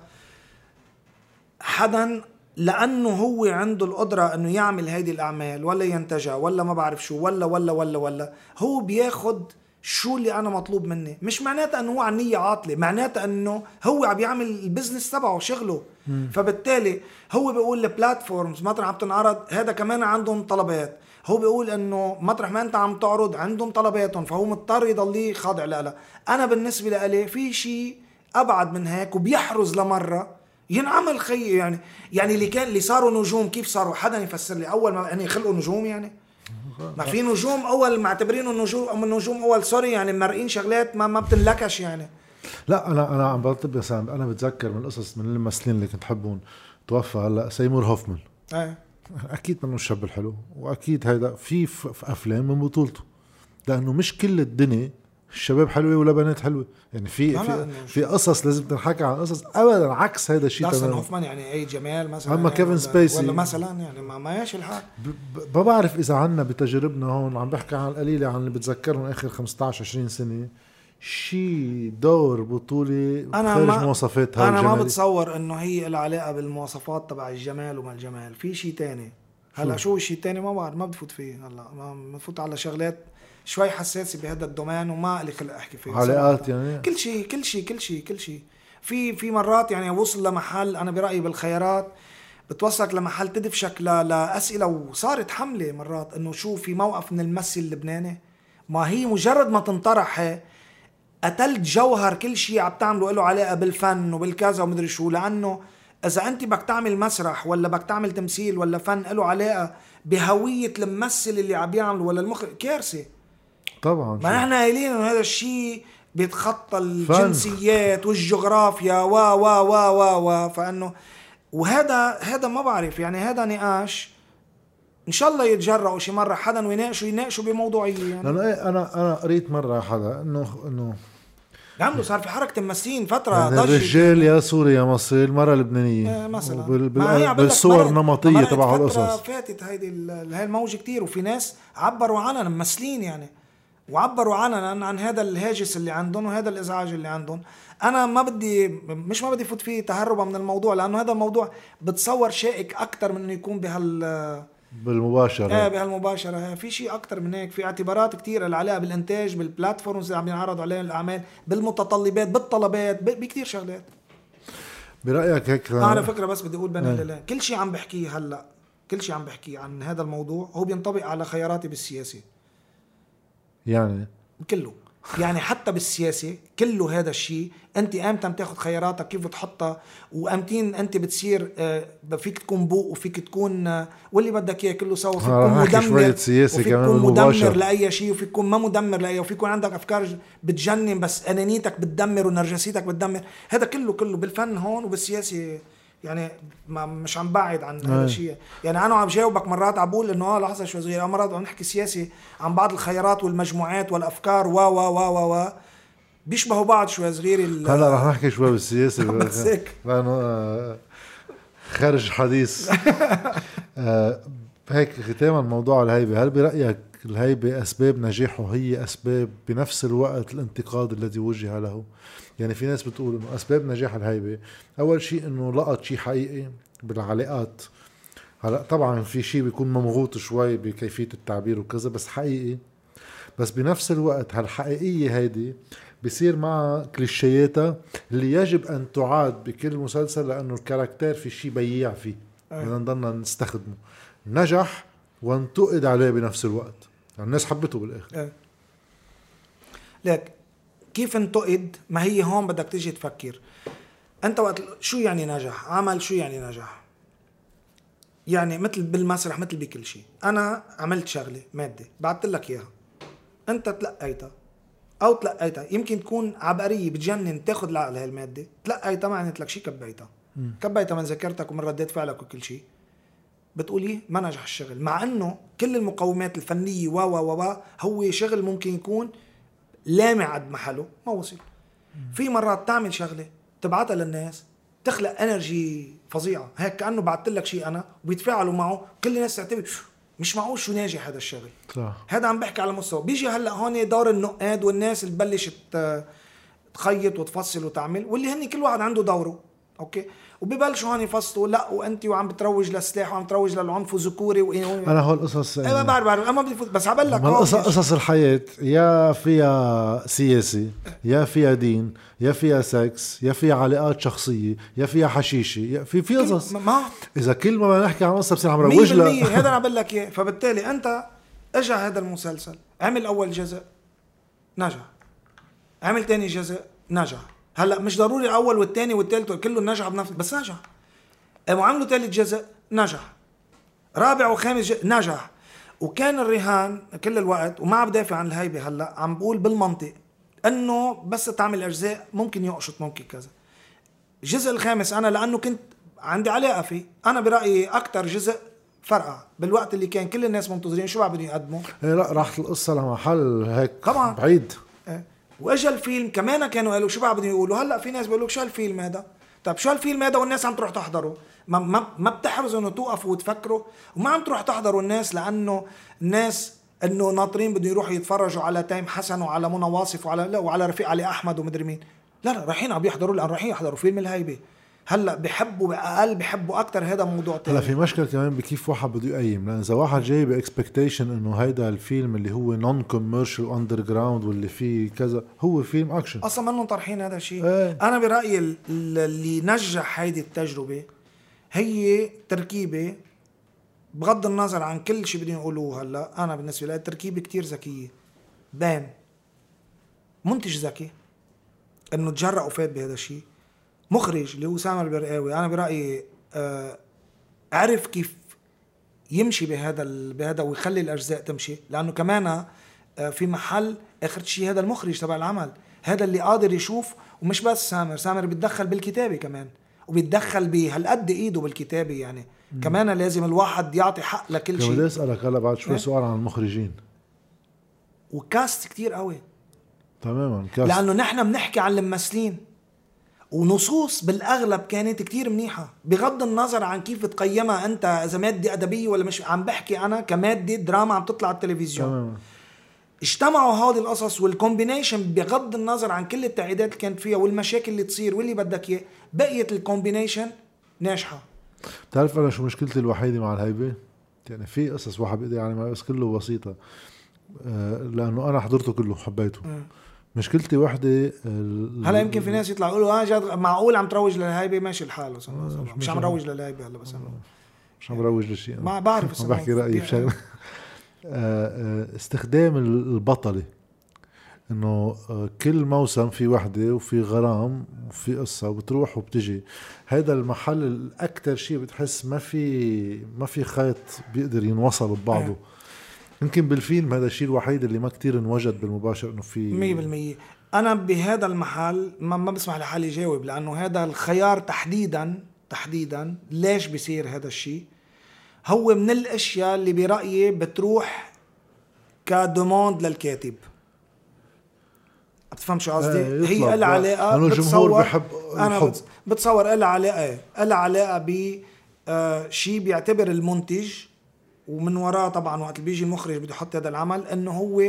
حدا لأنه هو عنده القدرة أنه يعمل هيدي الأعمال ولا ينتجها ولا ما بعرف شو ولا هو بياخد شو اللي أنا مطلوب مني. مش معناته أنه هو عن نية عاطلة، معناته أنه هو عم يعمل البزنس تبعه شغله. فبالتالي هو بيقول البلاتفورمز مطرح عم تنعرض هذا كمان عندهم طلبات، هو بيقول أنه مطرح ما أنت عم تعرض عندهم طلباتهم، فهو مضطر يضل خاضع لها. أنا بالنسبة لي في شيء أبعد من هيك، وبيحرز لمرة ينعمل خي يعني اللي صاروا نجوم كيف صاروا؟ حدا يفسر لي اول ما يعني خلقوا نجوم يعني ما في نجوم اول معتبرينه النجوم اول سوري يعني مرقين شغلات ما بتنلكش يعني.
لا انا عم بطلب بس انا بتذكر من القصص من الممثلين اللي كنت حبهم توفى هلا سيمور هوفمان. اكيد منه الشاب الحلو، واكيد هيدا في افلام من بطولته، لانه مش كل الدنيا الشباب حلوة ولا بنات حلوة يعني. في قصص لازم تنحكى عن قصص ابدا عكس هذا الشيء
تماما. هوفمان يعني اي جمال مثلا،
اما كيفن سبيسي
ولا مثلا يعني ما ياش الحال.
ما بعرف اذا عنا بتجربنا هون عم بحكي عن القليله عن اللي بتذكرهم اخر 15-20 سنه شيء دور بطولة خارج مواصفات هاي
أنا ما بتصور إنه هي العلاقة بالمواصفات تبع الجمال وما الجمال، في شيء تاني. هلا شو الشيء التاني ما بعرف، ما بفوت فيه هلا، ما بفوت على شغلات شوي حساسة بهذا الدومين وما لي خلق أحكي فيه.
علاقات يعني
كل شيء في مرات يعني وصل لمحل أنا برأيي بالخيارات بتوصلك لمحل تدفشك لأسئلة، وصارت حملة مرات انه شو في موقف من الممثل اللبناني. ما هي مجرد ما تنطرح قتلت جوهر كل شيء عم تعمله له علاقة بالفن وبالكذا ومدري شو. لأنه إذا أنت بدك تعمل مسرح ولا بدك تعمل تمثيل ولا فن له علاقة بهوية الممثل اللي عم يعمله ولا المخرج، كارثة طبعا. ما نحن قايلين إنه هذا الشيء بيتخطى الجنسيات والجغرافيا و فإنه وهذا ما بعرف يعني. هذا نقاش ان شاء الله يتجرأوا شي مره حدا ويناقشوا بموضوعيه يعني.
انا قريت مره حدا انه
عملوا صار في حركه ممثلين فتره
يعني الرجال يا سوري يا مصري، المراه اللبنانيه
مثلا
بالصور النمطيه تبع القصص.
فاتت هاي الموجه كتير، وفي ناس عبروا عنها ممثلين يعني، وعبروا عنها عن هذا الهاجس اللي عندهم وهذا الازعاج اللي عندهم. انا ما بدي فوت فيه تهربا من الموضوع، لانه هذا الموضوع بتصور شائك اكثر من انه يكون
بالمباشرة.
بهالمباشرة. في شيء أكتر من هيك، في اعتبارات كتير العلاقة بالإنتاج، بالبلاتفورمز اللي عم ينعرض عليها الأعمال، بالمتطلبات، بالطلبات، بكتير شغلات.
برأيك هيك؟
على فكرة بس بدي أقول لا كل شيء عم بحكيه هلأ، كل شيء عم بحكيه عن هذا الموضوع هو بينطبق على خياراتي بالسياسة يعني كله. يعني حتى بالسياسة كله هذا الشيء. أنت أمتى بتاخد خياراتك كيف بتحطها، وأمتين أنت بتصير فيك تكون بوق وفيك تكون واللي بدك إياه كله سوا. فيك تكون مدمر وفيك تكون مدمر لأي شيء، وفيك تكون ما مدمر لأي، وفيك يكون عندك أفكار بتجنن بس أنانيتك بتدمر ونرجسيتك بتدمر. هذا كله بالفن هون وبالسياسة يعني. مش عم بعد عن هذا الشيء يعني. أنا عم جاوبك مرات عم بقول إنه لحظة شوي صغيرة، مرات عم نحكي سياسي عن بعض الخيارات والمجموعات والأفكار و بيشبهوا بعض شوي صغير.
هلا رح نحكي شوي بالسياسة لأنه خارج حديث. هيك ختاما موضوع الهيبة، هل برأيك الهيبة أسباب نجاحه هي أسباب بنفس الوقت الانتقاد الذي وجه له؟ يعني في ناس بتقول إنه أسباب نجاح الهيبة أول شيء إنه لقط شيء حقيقي بالعلاقات. هلا طبعا في شيء بيكون ممغوط شوي بكيفية التعبير وكذا بس حقيقي. بس بنفس الوقت هالحقيقية هيدي بيصير مع كليشياتها اللي يجب أن تعاد بكل مسلسل، لأنه الكاركتير في شيء بييع فيه بدنا نضلنا نستخدمه. نجح وانتقد عليه بنفس الوقت، يعني الناس حبته بالآخر.
لك كيف انتقد؟ ما هي هون بدك تيجي تفكر أنت وقت شو يعني نجح عمل، شو يعني نجح يعني. مثل بالمسرح مثل بكل شيء، أنا عملت شغلة مادة بعت لك إياها، أنت تلقيتها أو تلقيتها يمكن تكون عبقرية بتجنن تاخد العقل هاي المادة، تلقيتها ما عنت لك شيء، كبيتها من ذاكرتك ومن ردات فعلك وكل شيء، بتقولي ما نجح الشغل. مع أنه كل المقومات الفنية هو شغل ممكن يكون لامع عد محله ما وصل. في مرات تعمل شغلة تبعتها للناس تخلق انرجي فظيعة، هيك كأنه بعت لك شيء أنا وبيتفاعلوا معه كل الناس تعتبر مش معقول شو ناجح هذا الشغل. هذا عم بحكي على مستوى. بيجي هلأ هون دور النقاد والناس اللي بلشت تخيط وتفصل وتعمل، واللي هني كل واحد عنده دوره اوكي، وبيبلشوا هون يفصلوا لا وانت وعم بتروج للسلاح وعم تروج للعنف وذكوري
انا هول القصص
انا بعرف اما بدي بس عبال لك
قصص الحياه يا فيها سياسي يا فيها دين يا فيها سكس يا فيها علاقات شخصيه يا فيها حشيشه يا في قصص. اذا كل ما نحكي عن قصه بصير عم نروج لها.
هذا انا بقول لك اياه. فبالتالي انت اجى هذا المسلسل عمل اول جزء نجح، عمل تاني جزء نجح، هلا مش ضروري اول والثاني والثالث كله نجح بنفس بس نجح، وعملوا ثالث جزء نجح، رابع وخامس جزء نجح. وكان الرهان كل الوقت وما عم بدافع عن الهيبه، هلا عم بقول بالمنطق انه بس تعمل اجزاء ممكن يقشط ممكن كذا. الجزء الخامس انا لانه كنت عندي علاقه فيه، انا برايي اكثر جزء فرقع بالوقت اللي كان كل الناس منتظرين شو بدهم يقدموا.
لا راحت القصه لمحل هيك طبعا بعيد.
واجا الفيلم كمان كانوا قالوا شو بدهم يقولوا. هلا في ناس بيقولوا شو الفيلم هذا، طب شو الفيلم هذا والناس عم تروح تحضره. ما بتحرزوا انه توقفوا وتفكروا وما عم تروح تحضروا الناس، لانه الناس انه ناطرين بدهم يروحوا يتفرجوا على تيم حسن وعلى منى واصف وعلى رفيق علي احمد ومدري مين. لا رايحين عم يحضروا، لان رايحين يحضروا فيلم الهيبه. هلا بحبوا باقل بحبوا اكثر، هذا موضوع تاني.
هلا في مشكله كمان بكيف واحد بده يقيم، لان اذا واحد جاي باكسبكتيشن انه هيدا الفيلم اللي هو نون كوميرشال اندر جراوند واللي فيه كذا هو فيلم اكشن
اصلا منهم طرحين هذا الشيء. انا برايي اللي نجح هيدي التجربه هي تركيبة بغض النظر عن كل شيء بدهم يقولوه. هلا أنا بالنسبة لي تركيبة كتير ذكية، بان منتج ذكي إنه تجرأ وفات بهذا الشيء، مخرج اللي هو سامر البرقاوي أنا برأيي عرف كيف يمشي بهذا ويخلي الأجزاء تمشي، لأنه كمان في محل آخر شيء هذا المخرج تبع العمل، هذا اللي قادر يشوف. ومش بس سامر بيتدخل بالكتابة كمان، وبيتدخل بهالقد ايده بالكتابة يعني. كمان لازم الواحد يعطي حق لكل شيء.
بدي اسالك هلا بعد شوي سؤال عن المخرجين.
وكاست كتير قوي
تماما كاست،
لانه نحن بنحكي عن الممثلين، ونصوص بالاغلب كانت كتير منيحة بغض النظر عن كيف تقيمها انت، اذا مادة ادبية ولا مش. عم بحكي انا كمادة دراما عم تطلع على التلفزيون.
تماما.
اجتمعوا هذه القصص والكومبينيشن بغض النظر عن كل التعقيدات اللي كانت فيها والمشاكل اللي تصير واللي بدك اياه، بقيت الكومبينيشن ناجحه.
بتعرف انا شو مشكلتي الوحيده مع الهيبه؟ يعني في قصص واحد بيقدر يعني بس كله بسيطه، لانه انا حضرته كله حبيته. مشكلتي وحده
هلا يمكن في ناس يطلعوا يقولوا جد معقول عم تروج للهيبه، ماشي الحال بس مش عم روج للهيبه. هلا بس
مش عم بروج لشيء،
ما بعرف
بحكي رايي بشغله. استخدام البطله انه كل موسم في وحده وفي غرام وفي قصه وبتروح وبتجي. هذا المحل الاكثر شيء بتحس ما في خيط بيقدر ينوصل ببعضه. يمكن بالفيلم هذا الشيء الوحيد اللي ما كتير انوجد بالمباشر انه في
100%. انا بهذا المحل ما بسمح لحالي جاوب، لانه هذا الخيار تحديدا ليش بيصير هذا الشيء هو من الاشياء اللي برأيي بتروح كدوموند للكاتب. بتفهم شو قصدي؟ هي لها علاقه،
الجمهور بحب
انا بتصور لها علاقه بشيء بيعتبر المنتج، ومن وراه طبعا وقت بيجي المخرج بده يحط هذا العمل انه هو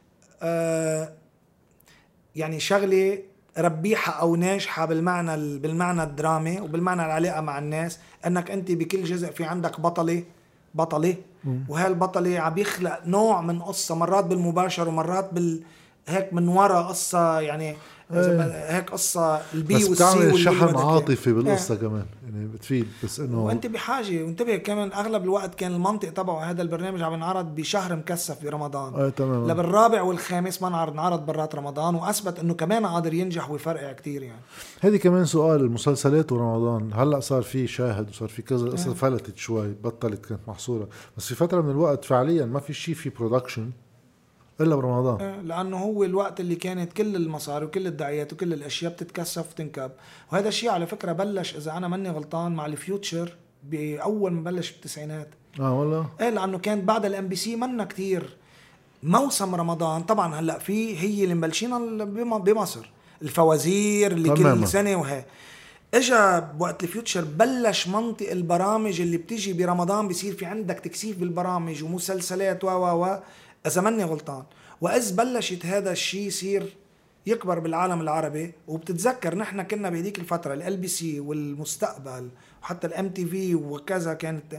يعني شغله ربيحه او ناجحه بالمعنى الدرامي وبالمعنى العلاقه مع الناس، انك انت بكل جزء في عندك بطله وهالبطله عم يخلق نوع من قصه، مرات بالمباشر ومرات هيك من وراء قصة يعني هيك قصة البي والسي،
بس بتعمل شحن عاطفي بالقصة كمان يعني بتفيد. بس انه
وانت بحاجة، وانتبه كمان اغلب الوقت كان المنطق تبعه هذا البرنامج عم ينعرض بشهر مكثف برمضان،
تمام.
بالرابع والخامس ما انعرض برات رمضان، واثبت انه كمان قادر ينجح ويفرقع كتير يعني.
هذه كمان سؤال المسلسلات ورمضان. هلا صار في شاهد وصار في كذا قصة فلتت شوي، بطلت كانت محصورة، بس في فترة من الوقت فعليا ما في شيء في برودكشن إلا برمضان،
لأنه هو الوقت اللي كانت كل المصاري وكل الدعايات وكل الأشياء بتتكثف وتنكب. وهذا الشيء على فكرة بلش إذا أنا ماني غلطان مع الفيوتشر بأول ما بلش بالتسعينات.
والله
لأنه كانت بعد الMBC منا كتير موسم رمضان. طبعا هلأ هي اللي مبلشينها بمصر الفوازير اللي كل سنة، وهي اجا وقت الفيوتشر بلش منطق البرامج اللي بتيجي برمضان، بيصير في عندك تكثيف بالبرامج ومسلسلات إذا ماني غلطان. وإذ بلشت هذا الشيء يصير يكبر بالعالم العربي. وبتتذكر نحن كنا بهديك الفترة الLBC والمستقبل وحتى الMTV وكذا،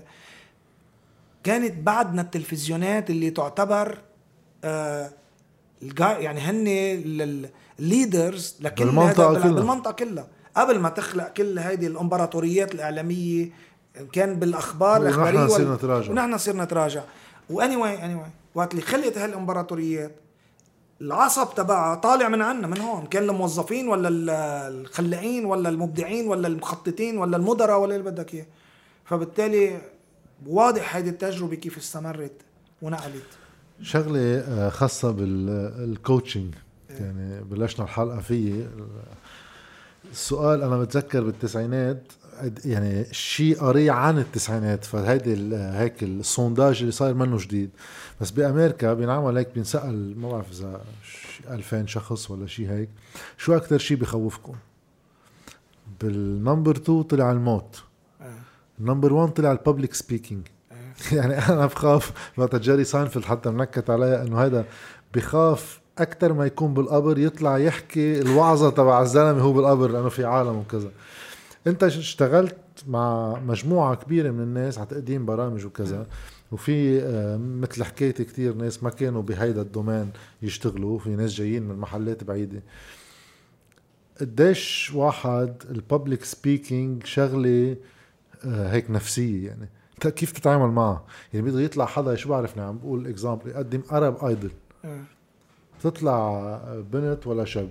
كانت بعدنا التلفزيونات اللي تعتبر يعني هن الليدرز لكل بالمنطقة كلها قبل ما تخلق كل هذه الامبراطوريات الإعلامية، كان بالأخبار الإخبارية ونحن صرنا نتراجع. واني وقت اللي خلقت هالامبراطوريات العصب تبعها طالع من عنا، من هون كان الموظفين ولا الخلاقين ولا المبدعين ولا المخططين ولا المدراء ولا اللي بدك اياه. فبالتالي واضح هذه التجربة كيف استمرت ونقلت.
شغلة خاصة بالكوتشنج يعني بلشنا الحلقة فيه السؤال. أنا بتذكر بالتسعينات يعني شيء قريع عن التسعينات، فهيدي هيك السونداج اللي صاير منه جديد، بس بأمريكا بينعمل هيك، بينسأل ما بعرف إذا 2000 شخص ولا شيء هيك، شو أكتر شيء بيخوفكم؟ بالنمبر 2 طلع الموت، النمبر 1 طلع الببليك سبيكينج. يعني أنا بخاف وقت جيري ساينفيلد حتى منكت عليها إنه هذا بخاف أكتر ما يكون بالقبر يطلع يحكي الوعظة تبع الزلمة هو بالقبر لأنه في عالم وكذا. انت اشتغلت مع مجموعة كبيرة من الناس على تقديم برامج وكذا، وفي مثل حكيت كتير ناس ما كانوا بهيدا الدومين يشتغلوا، في ناس جايين من محلات بعيدة. قديش واحد الببليك سبيكينج شغلة هيك نفسية يعني كيف تتعامل معه. يعني بده يطلع حدا شو بعرفني عم بقول اكزامبل يقدم أرب ايدل، تطلع بنت ولا شاب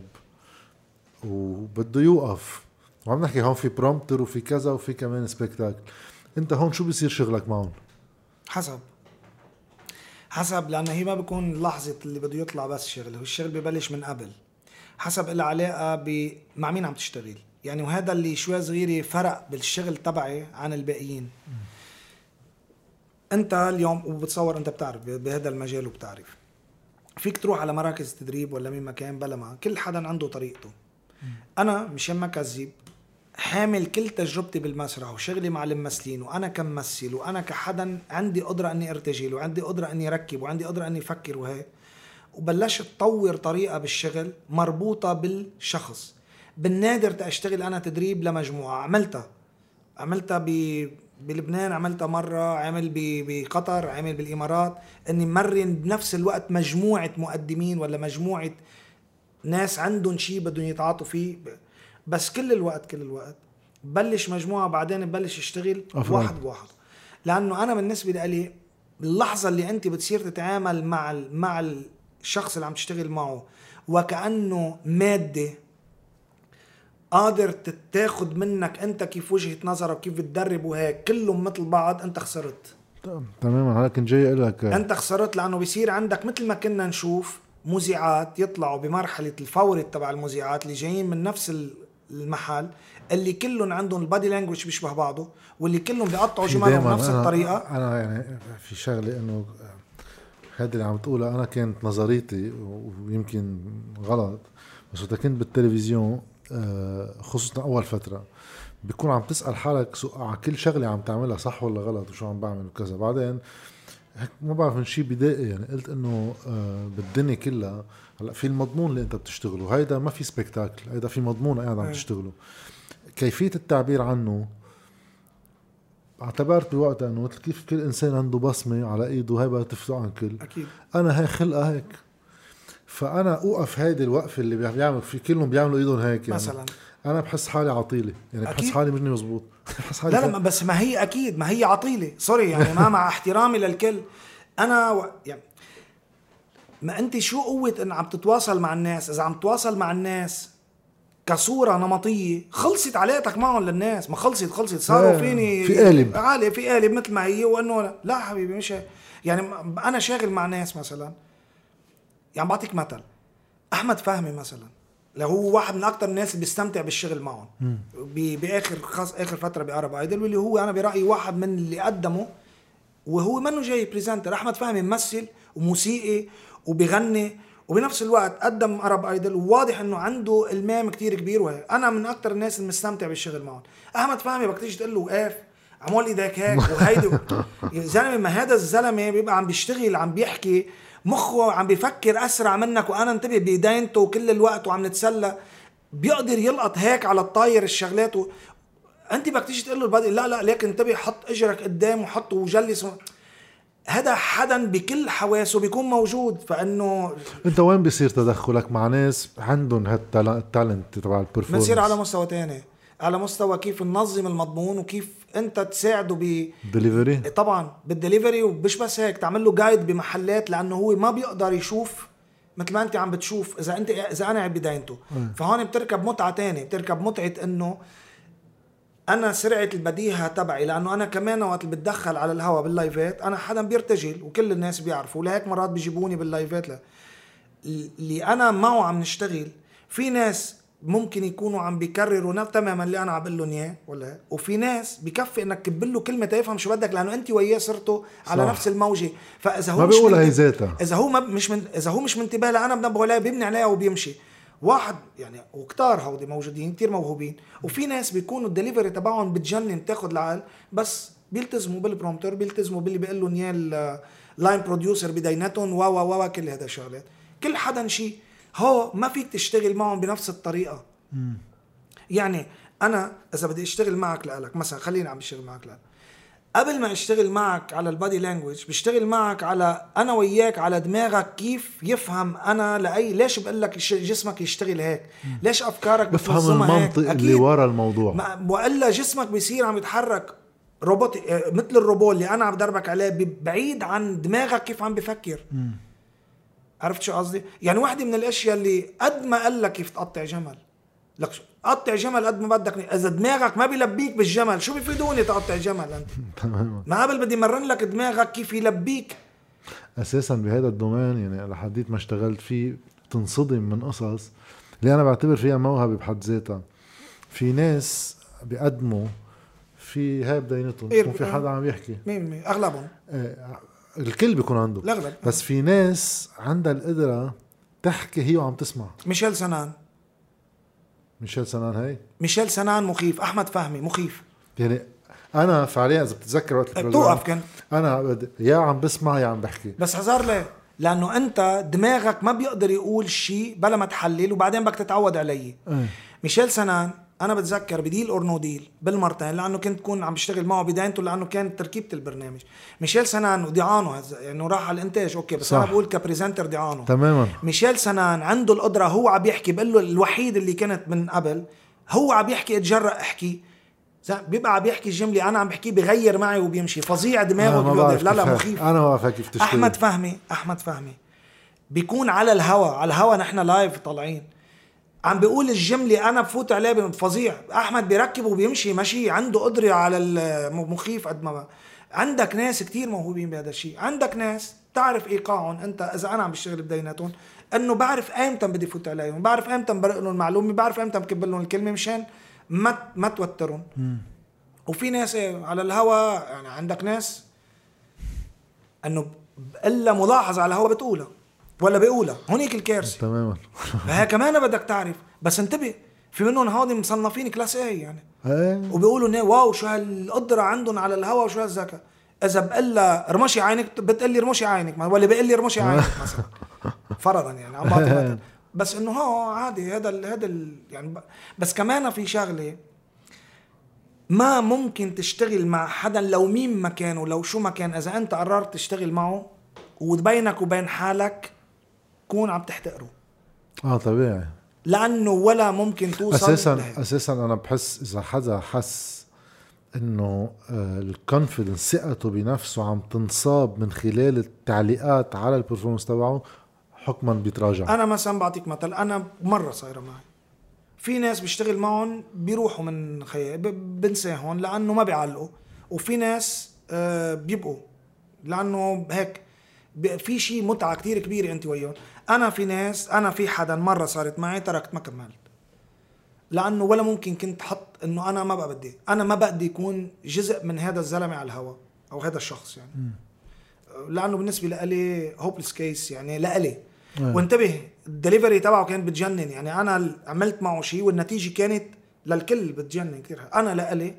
وبده يوقف وعم نحكي هون في برومتر وفي كذا وفي كمان سبيكتاكل، انت هون شو بيصير شغلك معهم؟
حسب لأنه هي ما بيكون لحظة اللي بده يطلع بس شغل، هو الشغل ببلش من قبل، حسب إلا علاقة مع مين عم تشتغل يعني. وهذا اللي شوي صغيري فرق بالشغل تبعي عن الباقيين. انت اليوم وبتصور انت بتعرف بهذا المجال وبتعرف فيك تروح على مراكز تدريب ولا مين مكان بلا ما كل حدا عنده طريقته. انا مشان ما كذب حامل كل تجربتي بالمسرح وشغلي مع الممثلين وانا كممثل وانا كحدا عندي قدرة اني ارتجل وعندي قدرة اني ركب وعندي قدرة اني افكر وهيك، وبلشت تطور طريقة بالشغل مربوطة بالشخص. بالنادر تأشتغل انا تدريب لمجموعة، عملتها بلبنان، عملتها مرة، عمل بقطر، عمل بالإمارات، اني مرن بنفس الوقت مجموعة مقدمين ولا مجموعة ناس عندهم شيء بدهم يتعاطوا فيه، بس كل الوقت بلش مجموعة بعدين ببلش اشتغل واحد بواحد. لأنه أنا بالنسبة لي اللحظة اللي أنت بتصير تتعامل مع الشخص اللي عم تشتغل معه وكأنه مادة قادر تتاخد منك أنت كيف وجهة نظرك وكيف بتدرب وهيك كلهم مثل بعض، أنت خسرت
تماما. هلا كنت جاي أقول لك
أنت خسرت، لأنه بيصير عندك مثل ما كنا نشوف مذيعات يطلعوا بمرحلة الفورة تبع المذيعات اللي جايين من نفس المحل اللي كلهم عندهم البادي لانجويج بيشبه بعضه واللي كلهم بيقطعوا جمالهم بنفس الطريقة.
أنا يعني في شغلة إنه هذا اللي عم تقوله أنا كانت نظريتي ويمكن غلط، بس وقت كنت بالتلفزيون خصوصا أول فترة بيكون عم تسأل حالك على كل شغلة عم تعملها صح ولا غلط وشو عم بعمل وكذا. بعدين ما بعرف من شيء بدائي يعني قلت إنه بالدنيا كلها هلا في المضمون اللي أنت بتشتغله، هيدا ما في سبيكتاكل، هيدا في مضمون قاعد عم تشتغله. كيفية التعبير عنه اعتبرت بوقتها انه مثل كيف كل انسان عنده بصمة على ايده هاي بقى تفرق عن كل.
أكيد.
انا هاي خلقة هيك، فانا اوقف هيدي الوقفة اللي بيعمل في كلهم بيعملوا ايدهم هيك يعني
مثلا
انا بحس حالي عطيلة يعني أكيد. بحس حالي مش مزبوط بحس حالي
لا بس ما هي اكيد ما هي عطيلة سوري يعني ما مع احترامي للكل انا يعني ما انت شو قوة ان عم تتواصل مع الناس؟ اذا عم تتواصل مع الناس كصورة نمطية خلصت علاقتك معهم للناس، ما خلصت صاروا فيني
في قالب
عالي في قالب مثل ما هي، وانه لا حبيبي مش يعني انا شاغل مع ناس مثلا يعني بعطيك مثل احمد فهمي مثلا لو هو واحد من اكتر الناس اللي بيستمتع بالشغل معهم باخر اخر فتره بأرب ايدل، واللي هو انا برايي واحد من اللي قدمه وهو منه جاي بريزنتر. احمد فهمي ممثل وموسيقي وبيغني وبنفس الوقت قدم أرب ايدل وواضح انه عنده المام كتير كبير، وهي انا من اكتر الناس اللي مستمتع بالشغل معهم. احمد فهمي بدك تيجي تقول له وقف عمول ايدك هيك وهيدي يا زلمه، ما هذا الزلمه بيبقى عم بيشتغل عم بيحكي مخه عم بيفكر أسرع منك وأنا انتبه بيدينته كل الوقت وعم نتسلى، بيقدر يلقط هيك على الطاير الشغلات أنت بدك تيجي تقول له البادي لا ليك انتبه حط إجرك قدام وحط وجلس هذا حدا بكل حواسه بيكون موجود. فإنه
أنت وين بيصير تدخلك مع ناس عندهم هالتالنت تبع البرفورمانس؟
بنصير على مستوى تاني، على مستوى كيف ننظم المضمون وكيف انت تساعده
دليفري.
طبعا بالدليفري، ومش بس هيك تعمل له جايد بمحلات لانه هو ما بيقدر يشوف مثل ما انت عم بتشوف اذا انا بدايته. فهون بتركب متعه تاني، بتركب متعه انه انا سرعه البديهه تبعي، لانه انا كمان وقت اللي بتدخل على الهوا باللايفات انا حدا بيرتجل وكل الناس بيعرفوا، لهيك مرات بيجيبوني باللايفات اللي انا معه عم نشتغل. في ناس ممكن يكونوا عم بيكرروا تماما اللي انا عم بقول لهم اياه ولا، وفي ناس بكفي انك تكبل له كلمه تفهم شو بدك لانه انت وياه صرتوا على نفس الموجه. فاذا هو
ما بيقول هي ذاتها،
اذا هو مش منتبه لها انا بنبه عليها بيبني عليها وبيمشي واحد يعني. وكتار هودي موجودين كتير موهوبين، وفي ناس بيكونوا الدليفري تبعهم بتجنن تاخد العقل، بس بيلتزموا بالبرومتر، بيلتزموا باللي بيقول لهم اياه اللاين بروديوسر بداينتهم و كل هذا الشغلات. كل حدا شيء هو ما فيك تشتغل معهم بنفس الطريقة. يعني أنا إذا بدي أشتغل معك لألك مثلا، خليني عم بشتغل معك لألك، قبل ما أشتغل معك على البادي لانجويج بشتغل معك على أنا وياك على دماغك كيف يفهم أنا ليش بقول لك جسمك يشتغل هيك، ليش أفكارك
بفهم المنطق اللي ورا الموضوع،
وإلا جسمك بيصير عم يتحرك روبوت مثل الروبوت اللي انا عم بدربك عليه بعيد عن دماغك كيف عم بفكر. عرفت شو قصدي؟ يعني واحدة من الاشياء اللي قد ما قال لك كيف تقطع جمل، لك قطع جمل قد ما بدك، اذا دماغك ما بيلبيك بالجمل شو بيفيدوني تقطع جمل انت؟ ما قبل بدي مرن لك دماغك كيف يلبيك.
اساسا بهذا الدومين يعني لحديت ما اشتغلت فيه تنصدم من قصص اللي انا بعتبر فيها موهبه بحد ذاتها. في ناس بيقدموا في هاي بداينتهم يكون في حدا عم يحكي،
مين اغلبهم
الكل بيكون عنده
الأغلب.
بس في ناس عندها القدره تحكي هي وعم تسمع.
ميشيل سنان
هاي
ميشيل سنان مخيف. احمد فهمي مخيف.
يعني انا فعليا اذا بتتذكر وقت
توقف كان
انا يا عم بسمع يا عم بحكي.
بس حذر ليه؟ لانه انت دماغك ما بيقدر يقول شيء بلا ما تحلل وبعدين بدك تتعود عليه. ميشيل سنان انا بتذكر بديل اور نو ديل بالمرتين، لانه كنت كون عم بشتغل معه بدايته، لانه كانت تركيبه البرنامج. ميشيل سنان وديعانو يعني راح على الانتاج اوكي، بس صح. انا بقول كبريزنتر ديعانو
تماما.
ميشيل سنان عنده القدره، هو عم يحكي بقول له الوحيد اللي كانت من قبل هو عم يحكي اتجرأ احكي، بيبقى عم بيحكي الجمله انا عم بحكي بغير معي وبيمشي فظيع دماغه. لا مخيف.
انا ما بعرف كيف تشتغل.
احمد فهمي بيكون على الهوا نحن لايف طالعين عم بيقول الجمله انا بفوت عليه فظيع. احمد بيركب وبيمشي ماشي، عنده قدره على المخيف. قد ما عندك ناس كتير موهوبين بهذا الشيء، عندك ناس تعرف ايقاعهم. انت اذا انا عم بشتغل بديناتهم انه بعرف ايمتى بدي فوت عليهم، بعرف ايمتى برق لهم المعلومه، بعرف ايمتى بكب لهم الكلمه مشان ما توترهم. وفي ناس على الهوا يعني عندك ناس انه الا ملاحظه على الهوا بتقولها ولا بيقولها، هونيك الكارثه
تماما.
فهي كمان بدك تعرف. بس انتبه، في منهم هودي مصنفين كلاس اي يعني وبيقولوا واو شو هالقدره عندهم على الهوا وشو هالذكاء. اذا بقلها رمشي عينك بتقلي رمشي عينك، ولا بقلي رمشي عينك مثلا فرضا يعني عم بعطي مثل. بس انه عادي هذا يعني. بس كمان في شغله ما ممكن تشتغل مع حدا لو مين ما كان ولو شو ما كان، اذا انت قررت تشتغل معه وبينك وبين حالك كون عم تحتقره.
طبيعي،
لانه ولا ممكن توصل
اساسا انا بحس اذا حدا حس انه الكونفيدنس ثقته بنفسه عم تنصاب من خلال التعليقات على البرفورمانس تبعه حكما بيتراجع.
انا مثلا بعطيك مثل، انا مره صايره معي في ناس بيشتغل معهم بيروحوا من خيال بنساهم لانه ما بيعلقوا، وفي ناس بيبقوا لانه هيك في شيء متعه كتير كبيره انت وياهم. انا في حدا مره صارت معي تركت ما كملت، لانه ولا ممكن كنت حط انه انا ما بدي يكون جزء من هذا الزلمه على الهوا او هذا الشخص يعني. لانه بالنسبه لي هوبلس كيس يعني لإلي. وانتبه الدليفري تبعه كان بتجنن يعني. انا عملت معه شيء والنتيجه كانت للكل بتجنن كثير. انا لإلي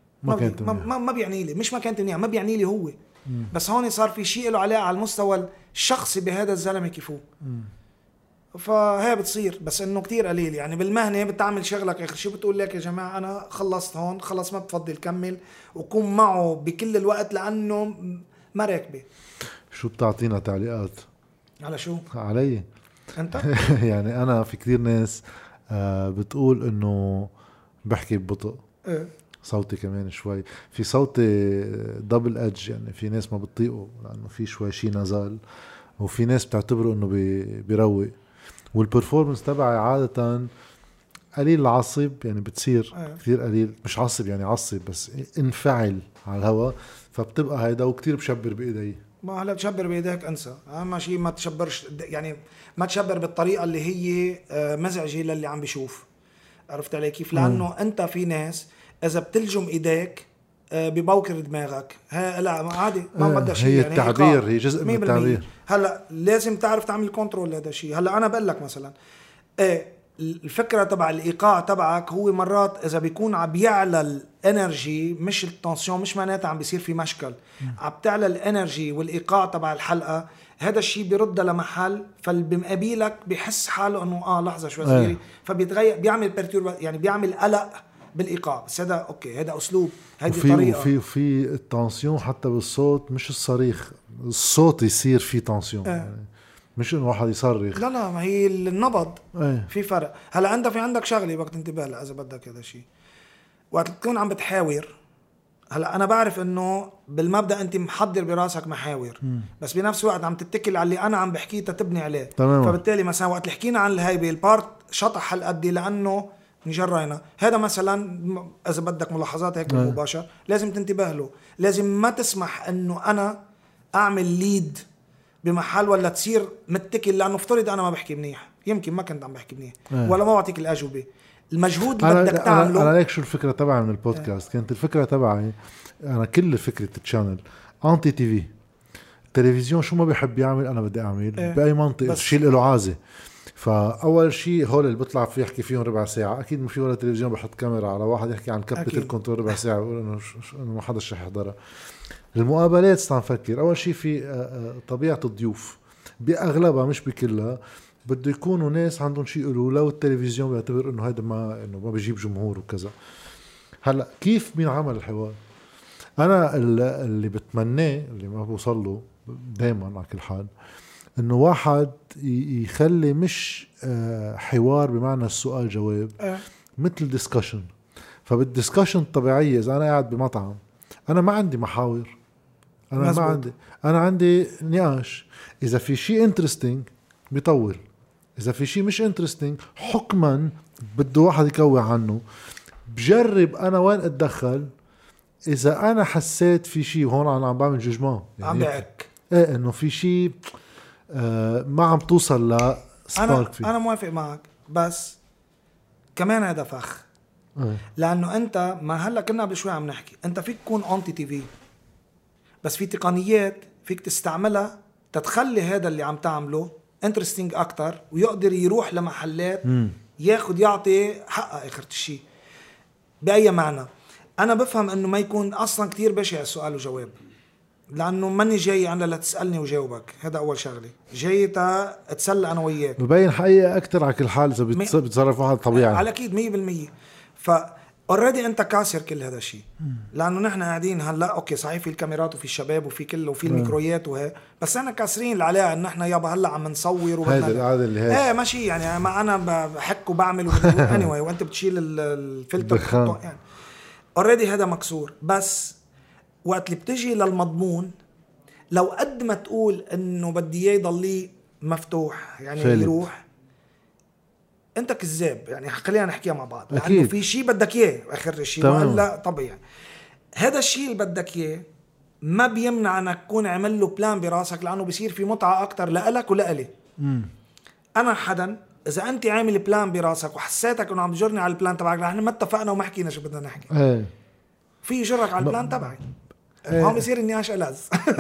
ما بيعني لي، مش ما كانت منيحه، ما بيعني لي هو. بس هون صار في شيء له علاقه على المستوى الشخصي بهذا الزلمه كيفه. فهي بتصير، بس انه كتير قليل يعني. بالمهنه بتعمل شغلك اخر شيء بتقول لك يا جماعه انا خلصت هون، خلص ما بفضل كمل وكون معه بكل الوقت لانه ما راكبه.
شو بتعطينا تعليقات
على شو؟
علي
انت
يعني انا في كتير ناس بتقول انه بحكي ببطء. صوتي كمان شوي في صوتي دبل ادج يعني. في ناس ما بتطيقوا لانه في شوي شي نزال، وفي ناس بتعتبره انه بيروق. والبرفورمانس تبعي عادة قليل العصب يعني، بتصير كتير قليل، مش عصب يعني عصب بس انفعل على الهواء، فبتبقى هيدا وكتير بشبر بايدي.
ما هلا تشبر بايديك انسى، اهم شيء ما تشبرش يعني، ما تشبر بالطريقه اللي هي مزعجه للي عم بيشوف. عرفت علي كيف؟ لانه انت في ناس اذا بتلجم ايديك ببوكر دماغك. لا عادي ما بدها شيء
هي
يعني
التعبير هي جزء من التعبير.
هلا لازم تعرف تعمل كنترول لهذا الشيء. هلا انا بقول لك مثلا الفكره تبع الايقاع تبعك هو مرات اذا بيكون عم بيعلى الانرجي مش التنسيون، مش معناتها عم بيصير في مشكل، عم تعلى الانرجي والايقاع تبع الحلقه، هذا الشيء بيرد لمحل، فالمقابلك بيحس حاله انه لحظه شوي صغيره، فبيتغير بيعمل يعني بيعمل قلق بالايقاع. بس هذا اوكي، هذا اسلوب، هذه طريقه.
وفي التنسيون حتى بالصوت، مش الصريخ، الصوت يصير فيه تنسيون يعني مش انه واحد يصرخ.
لا ما هي النبض في فرق. هلا انت في عندك شغله بدك تنتبه لها اذا بدك هذا الشيء. وقت تكون عم بتحاور هلا انا بعرف انه بالمبدا انت محضر براسك محاور، بس بنفس الوقت عم تتكل على اللي انا عم بحكيه تتبني عليه.
تمام.
فبالتالي مثلا وقت اللي حكينا عن الهيبه البارت شطح هالقد لانه نجرينا هذا مثلا، اذا بدك ملاحظات هيك مباشر لازم تنتبه له. لازم ما تسمح انه انا اعمل ليد بمحل ولا تصير متكل، لانه افترض انا ما بحكي منيح، يمكن ما كنت عم بحكي منيح ولا ما بعطيك الاجوبه. المجهود بدك تعمله.
انا ليك شو الفكره تبعي من البودكاست؟ كانت الفكره تبعي انا كل فكره التشانل انتي تي في التلفزيون شو ما بيحب يعمل انا بدي اعمل باي منطقه شيء له عازه. فاول شيء هول اللي بيطلع فيه يحكي فيهم ربع ساعه، اكيد ما في ولا تلفزيون بحط كاميرا على واحد يحكي عن كبه الكنترول ربع ساعه ويقول انه ما حدا رح يحضرها. المقابلات استنى نفكر. اول شيء في طبيعه الضيوف باغلبها مش بكلها بده يكونوا ناس عندهم شيء يقولوا، لو التلفزيون بيعتبر انه هذا ما بيجيب جمهور وكذا. هلا كيف مين عمل الحوار؟ انا اللي بتمناه اللي ما بوصل له دائما على كل حال انه واحد يخلي مش حوار بمعنى السؤال جواب مثل ديسكشن. فبالديسكشن الطبيعيه اذا انا قاعد بمطعم انا ما عندي محاور، انا مزبوط. ما عندي، انا عندي نقاش. اذا في شيء انترستينج بيطول، اذا في شيء مش انترستينج حكما بده واحد يكوي عنه. بجرب انا وين اتدخل اذا انا حسيت في شيء، وهون انا عم بعمل جوجمان يعني
عم بعك
انه في شيء ما عم توصل لسبارك فيه.
انا موافق معك، بس كمان هذا فخ. لانه انت ما هلا كنا قبل شوي عم نحكي، انت فيك تكون انتي تي في، بس في تقنيات فيك تستعملها تتخلي هذا اللي عم تعمله انترستينج اكتر ويقدر يروح لمحلات ياخد يعطي حقه اخر الشيء. باي معنى؟ انا بفهم انه ما يكون اصلا كتير بشع السؤال وجواب، لانه ماني جاي انا لتسالني وجاوبك، هذا اول شغله، جاي اتسلى انا وياك.
ببين حقيقه اكتر على كل حال اذا بتصرف واحد طبيعي
على اكيد 100%. ف اوريدي انت كاسر كل هذا الشيء، لانه نحن قاعدين هلا اوكي صحيح في الكاميرات وفي الشباب وفي كله وفي الميكرويات وهي، بس احنا كاسرين اللي عليها ان احنا يابا هلا عم نصور
هذا العاده اللي هي
ماشي يعني، ما انا بحك وبعمل anyway وانت بتشيل الفلتر يعني اوريدي هذا مكسور. بس وقت اللي بتجي للمضمون، لو قد ما تقول انه بدي اياه يضل مفتوح يعني فيلت. يروح انت كذاب يعني، خلينا نحكيها مع بعض، لانه في شيء بدك اياه اخر الشيء ولا طبيعي. هذا الشيء اللي بدك اياه ما بيمنع انك تكون عمل له بلان براسك، لانه بيصير في متعه اكتر لإلك ولإلي. انا حدا اذا انت عامل بلان براسك وحسيتك انه عم تجرني على البلان تبعك، نحن ما اتفقنا وما حكينا شو بدنا نحكي، في يجرك على البلان تبعي هون بيصير النقاش ألذ.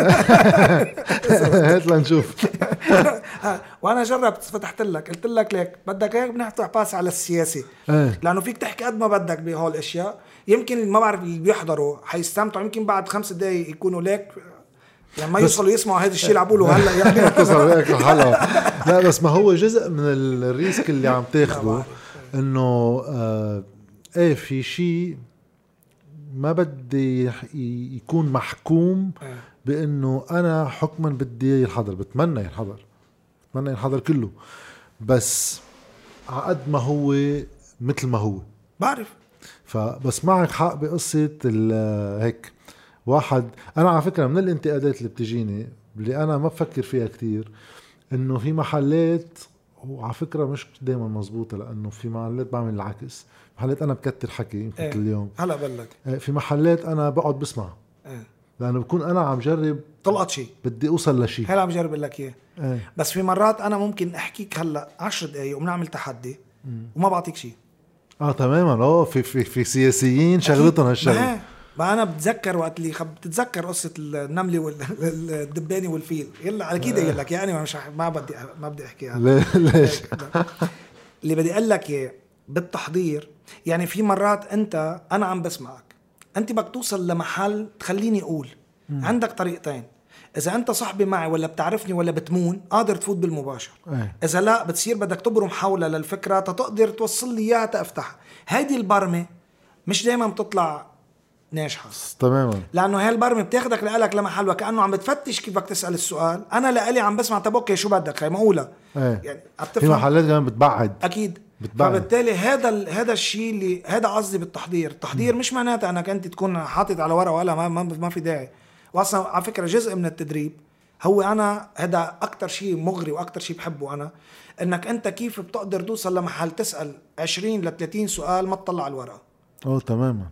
هات لنشوف.
وانا جربت فتحت لك قلت لك ليك بدك هيك بنفتح باس على السياسي، لانه فيك تحكي قد ما بدك بهول الاشياء. يمكن ما بعرف اللي بيحضروا حيستمتعوا، يمكن بعد 5 دقايق يكونوا ليك يعني ما يوصلوا يسمعوا هذا الشيء اللي عبوله هلا يعني
تصل هيك الحلقه. لا بس ما هو جزء من الريسك اللي عم تاخده، انه في شيء ما بدي يكون محكوم بانه انا حكما بدي ينحضر. بتمنى ينحضر كله، بس عقد ما هو مثل ما هو
بعرف.
فبس معك حق بقصة هيك واحد. انا على فكرة من الانتقادات اللي بتجيني اللي انا ما بفكر فيها كتير، انه في محلات، وعلى فكرة مش دايما مزبوطة، لانه في محلات بعمل العكس. محلات انا بكتر حكي يمكن كل يوم،
هلا بلك
في محلات انا بقعد بسمع لانه بكون انا عم جرب
طلقت شيء، بدي
اوصل لشيء،
هلا عم جرب لك اياه. بس في مرات انا ممكن احكيك هلا 10 دقايق وبنعمل تحدي وما بعطيك شيء.
تماما. في سياسيين شغلتهم هالشغله.
ما انا بتذكر وقت اللي بتتذكر قصه النمله والدباني والفيل، يلا اكيد يقول لك يعني مش ما بدي احكيها.
ليش؟
اللي بدي اقول لك اياه بالتحضير، يعني في مرات انا عم بسمعك، انت بدك توصل لمحل تخليني اقول. عندك طريقتين، اذا انت صاحبي معي ولا بتعرفني ولا بتمون قادر تفوت بالمباشر، اذا لا بتصير بدك تبرم حولها للفكره تقدر توصل لي اياها تفتح. هيدي البرمه مش دايما بتطلع ناجحه
تماما،
لانه هاي البرمه بتاخدك لك لمحل وكانه عم بتفتش كيف بدك تسال السؤال. انا لالي عم بسمع تبوكي شو بدك هي معقوله يعني
في محلات كمان بتبعد
اكيد.
بتبعني.
فبالتالي هذا الشيء اللي هذا قصدي بالتحضير. التحضير مش معناته انك انت تكون حاطط على ورقه ولا ما في داعي. واصلا على فكره جزء من التدريب هو انا هذا اكتر شيء مغري واكتر شيء بحبه انا، انك انت كيف بتقدر توصل لمحل تسال 20 ل 30 سؤال ما تطلع على الورقه.
تماما.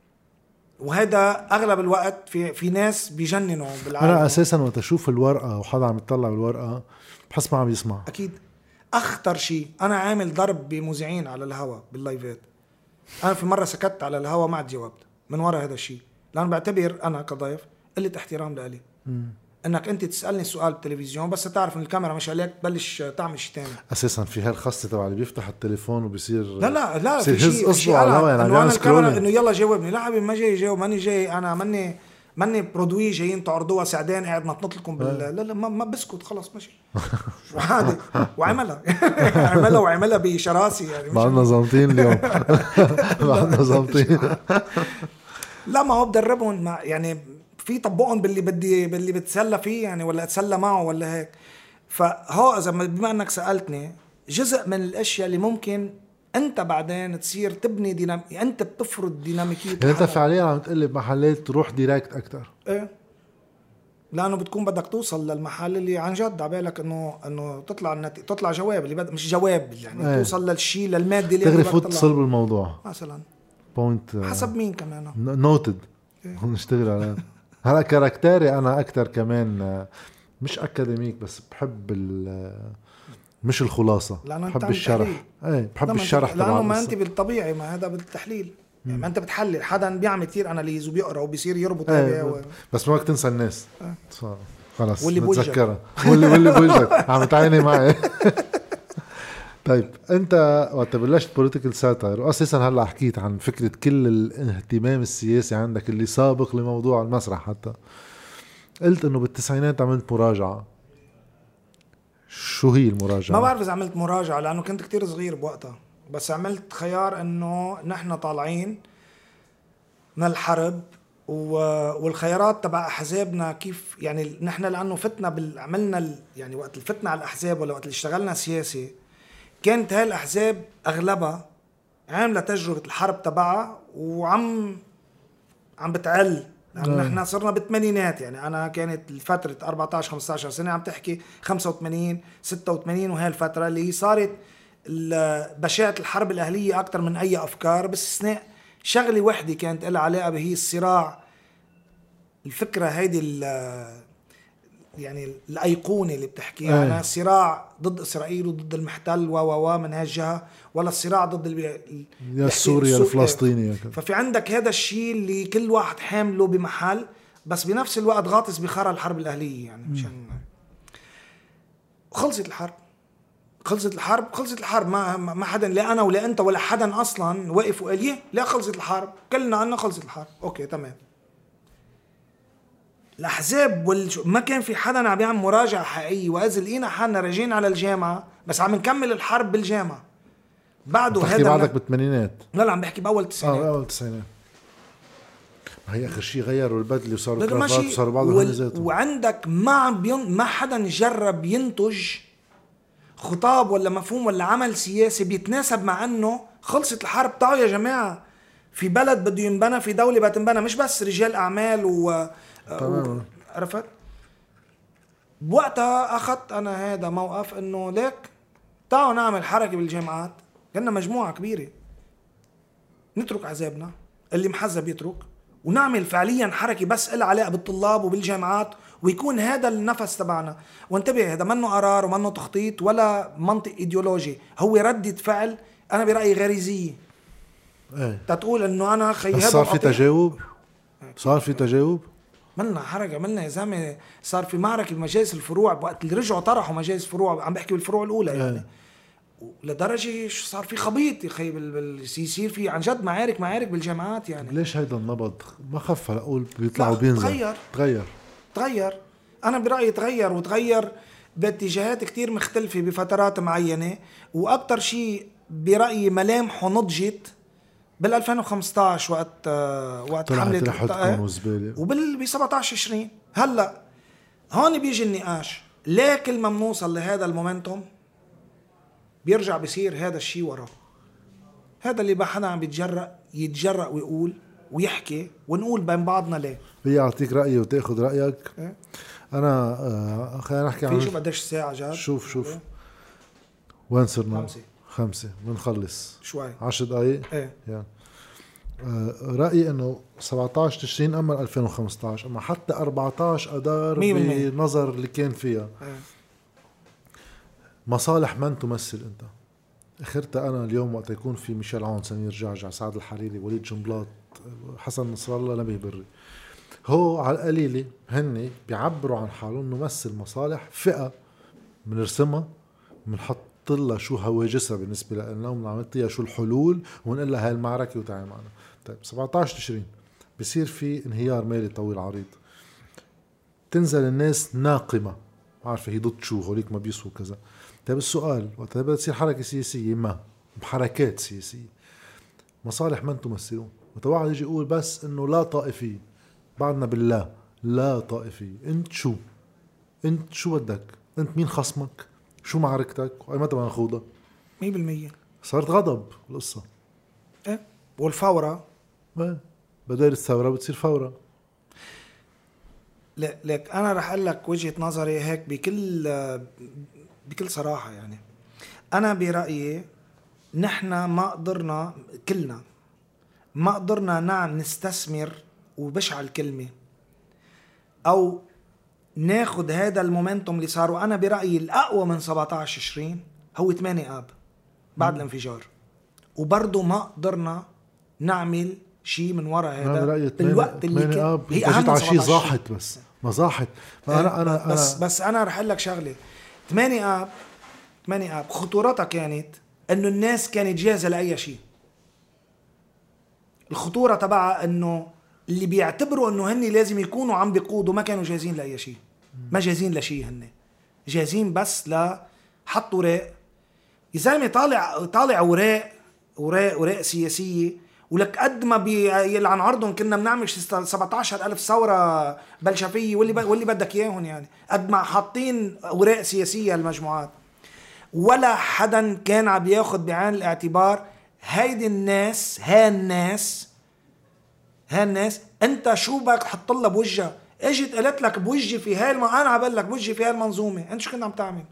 وهذا اغلب الوقت في ناس بيجننوا بالعالم.
انا اساسا وقت اشوف الورقه وحدا عم يطلع بالورقه بحس ما عم يسمع.
اكيد. اخطر شيء انا عامل ضرب بمذيعين على الهواء باللايفات. انا في مره سكت على الهواء ما عاد جاوبت من وراء هذا الشيء، لأن بعتبر انا كضيف قله احترام لإلي. انك انت تسالني سؤال بالتلفزيون بس تعرف ان الكاميرا مش عليك تبلش تعمل شيء ثاني.
اساسا في هالخاصه تبع اللي بيفتح التليفون وبيصير
لا
في
شيء
اصبعه على الهواء يعني
انا الكاميرا انه يلا جاوبني. لا حبيبي ما جاي جاوب، ماني جاي، انا ماني برودوي جايين تعرضوها ساعدين قاعد نطلط لكم لا ما بسكت خلص ماشي. وعادي وعملها وعملها بشراسي يعني.
بعدنا زامطين اليوم. بعدنا زامطين.
لا ما هو بدربهم يعني في طبقهم باللي بتسلى فيه يعني، ولا اتسلى معه ولا هيك. فهو اذا بما انك سالتني جزء من الاشياء اللي ممكن انت بعدين تصير تبني انت بتفرض ديناميكيه.
يعني انت فعليا عم تقلي بمحلات تروح دايركت اكثر.
ايه لانه بتكون بدك توصل للمحل اللي عن جد عبالك انه تطلع جواب اللي مش جواب يعني توصل للشيء للماده اللي
تغري فوت تصل بالموضوع
مثلا
بوينت
حسب مين كمان
نوتد. نشتغل على هلا كاركتيري انا اكثر كمان مش اكاديميك بس بحب مش الخلاصه، بحب الشرح. بحب الشرح
لانه ما انت بالطبيعي ما هذا بالتحليل يعني ما انت بتحلل. حدا بيعمل كتير اناليز وبيقرا وبيصير يربط
بس ما تنسى الناس. خلاص نتذكرها. واللي بوجهك عم تعيني معي. طيب انت وقت بلشت بوليتيكال ساتاير واساسا هلا حكيت عن فكره كل الاهتمام السياسي عندك اللي سابق لموضوع المسرح، حتى قلت انه بالتسعينات عملت مراجعه. شو هي المراجعه؟
ما بعرف اذا عملت مراجعه لانه كنت كتير صغير بوقتها، بس عملت خيار انه نحن طالعين من الحرب والخيارات تبع احزابنا كيف يعني نحن لانه فتنا عملنا يعني وقت الفتنا على الاحزاب ولا وقت اللي اشتغلنا سياسي كانت هاي الاحزاب اغلبها عامله تجربه الحرب تبعها وعم بتعل يعني نحن صرنا بالثمانينات يعني انا كانت الفتره 14 15 سنه عم تحكي 85 86 وهي الفتره اللي صارت بشاعه الحرب الاهليه اكثر من اي افكار باستثناء شغله وحده كانت لها علاقه بهي الصراع الفكره هيدي يعني الايقونه اللي بتحكيها انا الصراع ضد اسرائيل وضد المحتل و من هالجهه ولا الصراع ضد
السوري الفلسطيني.
ففي عندك هذا الشيء اللي كل واحد حامله بمحل بس بنفس الوقت غاطس بخرى الحرب الاهليه يعني مشان خلصت الحرب ما حدا لا انا ولا انت ولا حدا اصلا وقف وقال لي لا خلصت الحرب كلنا أننا خلصت الحرب اوكي تمام. الاحزاب ما كان في حدا عم يعمل مراجعه حقيقيه واذا لقينا حالنا راجعين على الجامعه بس عم نكمل الحرب بالجامعه بعده هذا
بعدك بالثمانينات.
لا عم بحكي باول التسعينات.
اول التسعينات هي اخر شيء غيروا البدله وصاروا كرافات وصاروا بعض
وعندك ما حدا جرب ينتج خطاب ولا مفهوم ولا عمل سياسي بيتناسب مع انه خلصت الحرب. تعالوا يا جماعه في بلد بده ينبنى في دوله بتنبنى مش بس رجال اعمال عرفت. بوقتها اخذت انا هذا موقف انه ليك تعالوا نعمل حركه بالجامعات. كنا مجموعه كبيره نترك عذابنا اللي محزب يترك ونعمل فعليا حركه بس لها علاقه بالطلاب وبالجامعات ويكون هذا النفس تبعنا. وانتبه هذا منه قرار ومنه تخطيط ولا منطق ايديولوجي، هو ردة فعل انا برايي غريزيه. تقول انه انا
صار في تجاوب
عملنا حركه عملنا يا زلمه صار في معركه بمجالس الفروع وقت اللي رجعوا طرحوا مجالس الفروع عم بحكي بالفروع الاولى يعني لدرجه صار في خبيط يا اخي يصير في عن جد معارك بالجامعات يعني.
ليش هيدا النبض ما خف اقول بيطلع وبينزل؟ تغير
انا برايي تغير باتجاهات كتير مختلفه بفترات معينه واكثر شيء برايي ملامحه نضجت بال 2015 وقت حمله وبال 17 20. هلا هون بيجي النقاش ليه كل ما بنوصل لهذا المومنتوم بيرجع بيصير هذا الشيء وراه. هذا اللي حدا عم يتجرأ ويقول ويحكي ونقول بين بعضنا ليه.
بيعطيك رأيي وتاخذ رأيك.
إيه؟
أنا خلينا نحكي عن
شوف قديش الساعة جاد.
شوف وين صرنا؟
5
بنخلص
شوي
10 دقايق.
ايه
يعني رأيي انه 17 تشرين امر 2015، اما حتى 14 اذار بنظر اللي كان فيها.
ايه.
مصالح من تمثل انت. اخرتها انا اليوم وقت يكون في ميشيل عون، سمير جعجع، سعد الحريري، وليد جنبلاط، حسن نصر الله، نبيه بري، هو على القليلة هن بيعبروا عن حالهم نمثل مصالح فئة، بنرسمها بنحط لها شو هواجسها بالنسبة لنا وبنعطيها شو الحلول ونقول لها هاي المعركة وتعي معنا. طيب 17 تشرين بصير في انهيار مالي طويل عريض، تنزل الناس ناقمة، عارفة هي ضد شو، هوليك ما بيسوا كذا. طيب السؤال وقت بدها تصير حركة سياسية ما بحركات سياسية، مصالح من تمثلون؟ وتواعد يجي يقول بس انه لا طائفية، بعدنا بالله لا طائفية. انت شو بدك؟ انت مين خصمك؟ شو معركتك؟ واي متى بنخوضها؟
100%
صارت غضب القصة.
ايه والفورة
بدال الثورة بتصير فورة.
لك انا رح اقول لك وجهة نظري هيك بكل صراحة. يعني انا برأيي نحنا ما قدرنا كلنا ما قدرنا نستثمر، وبشع الكلمة، او ناخد هذا المومنتوم اللي صار. وانا برأيي الاقوى من 17 تشرين هو 8 آب بعد الانفجار، وبرضه ما قدرنا نعمل شيء من وراء هذا بالوقت اللي كان
هي اهم من شيء زاحت. بس ما زاحت.
بس انا رح اقول لك شغله. 8 آب خطورتها كانت انه الناس كانت جاهزه لاي شيء. الخطوره تبعها انه اللي بيعتبروا انه هن لازم يكونوا عم بيقودوا ما كانوا جاهزين لاي شيء. ما جاهزين لشيء، هن جاهزين بس حطوا وراق. يا زلمه طالع وراق سياسيه، ولك قد ما يلعن عرضهم كنا بنعمل 17,000 ثوره بلشفيه واللي بدك اياهم. يعني قد ما حاطين وراق سياسيه المجموعات، ولا حدا كان عم ياخد بعين الاعتبار هيدي الناس. ها الناس انت شو بدك تحط لها بوجهها؟ اجت قالت لك بوجهي في هاي انا عم بقول لك بوجهي في هاي المنظومه. انت شو كنت عم تعمل؟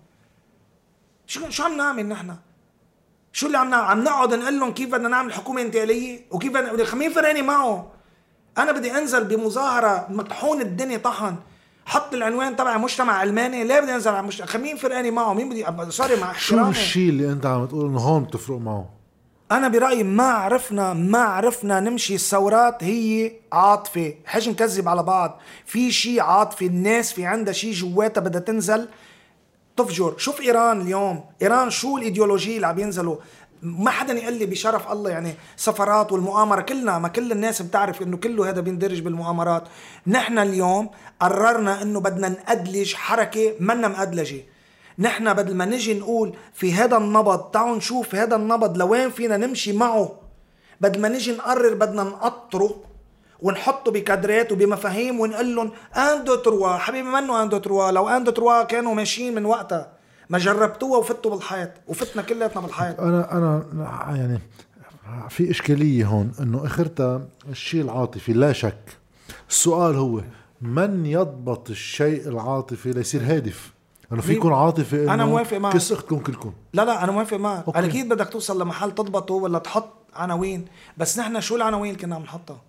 شو عم نعمل نحن؟ شو اللي عم نقعد نقول لهم كيف بدنا نعمل حكومه انتقاليه وكيف مين فرقني معه؟ انا بدي انزل بمظاهره مطحون الدنيا طحن، حط العنوان تبع مجتمع علماني. ليه بدي انزل على مجتمع؟ مين فرقني معه؟ مين بدي سوري مع احترامي.
شو الشيء اللي انت عم تقول انه هون بتفرق معه؟
انا برايي ما عرفنا نمشي. الثورات هي عاطفه، حاج نكذب على بعض. في شيء عاطفي، الناس في عندها شيء جواتها بدها تنزل تفجر. شوف ايران اليوم، ايران شو الايديولوجيه اللي عم ينزلوا. ما حدا يقول لي بشرف الله يعني سفرات والمؤامره، كلنا ما كل الناس بتعرف انه كله هذا بيندرج بالمؤامرات. نحن اليوم قررنا انه بدنا نأدلج حركه منا مأدلجه. نحن بدل ما نجي نقول في هذا النبض تعالوا نشوف هذا النبض لوين فينا نمشي معه، بدل ما نجي نقرر بدنا نقطره ونحطه بكادرات وبمفاهيم ونقول لهم اندو تروا. حبيبي منه اندو تروا. لو اندو تروا كانوا ماشيين من وقتها، ما جربتوها وفتوا بالحيط وفتنا كلياتنا بالحيط.
انا يعني في اشكاليه هون انه اخرتها الشيء العاطفي لا شك. السؤال هو من يضبط الشيء العاطفي ليصير هادف. انه في يكون عاطفي انه
انا موافق معك
كس اختكم كلكم.
لا انا موافق معك. اكيد بدك توصل لمحل تضبطه ولا تحط عناوين. بس نحن شو العناوين اللي كنا عم نحطها؟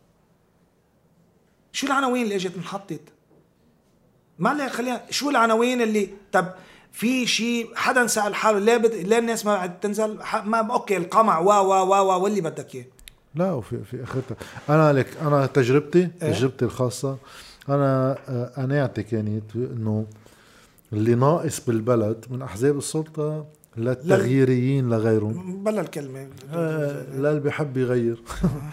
شو العناوين اللي اجت انحطت؟ ما لي خلينا شو العناوين اللي طب في شيء حدا سأل حاله ليه الناس ما قاعد تنزل؟ ما اوكي القمع واللي بدك اياه.
لا وفي اخرتها انا تجربتي الخاصه انا قناعتي كانت انه اللي ناقص بالبلد من احزاب السلطه للتغييريين لغيرهم
بلا الكلمه
لا اللي بيحب يغير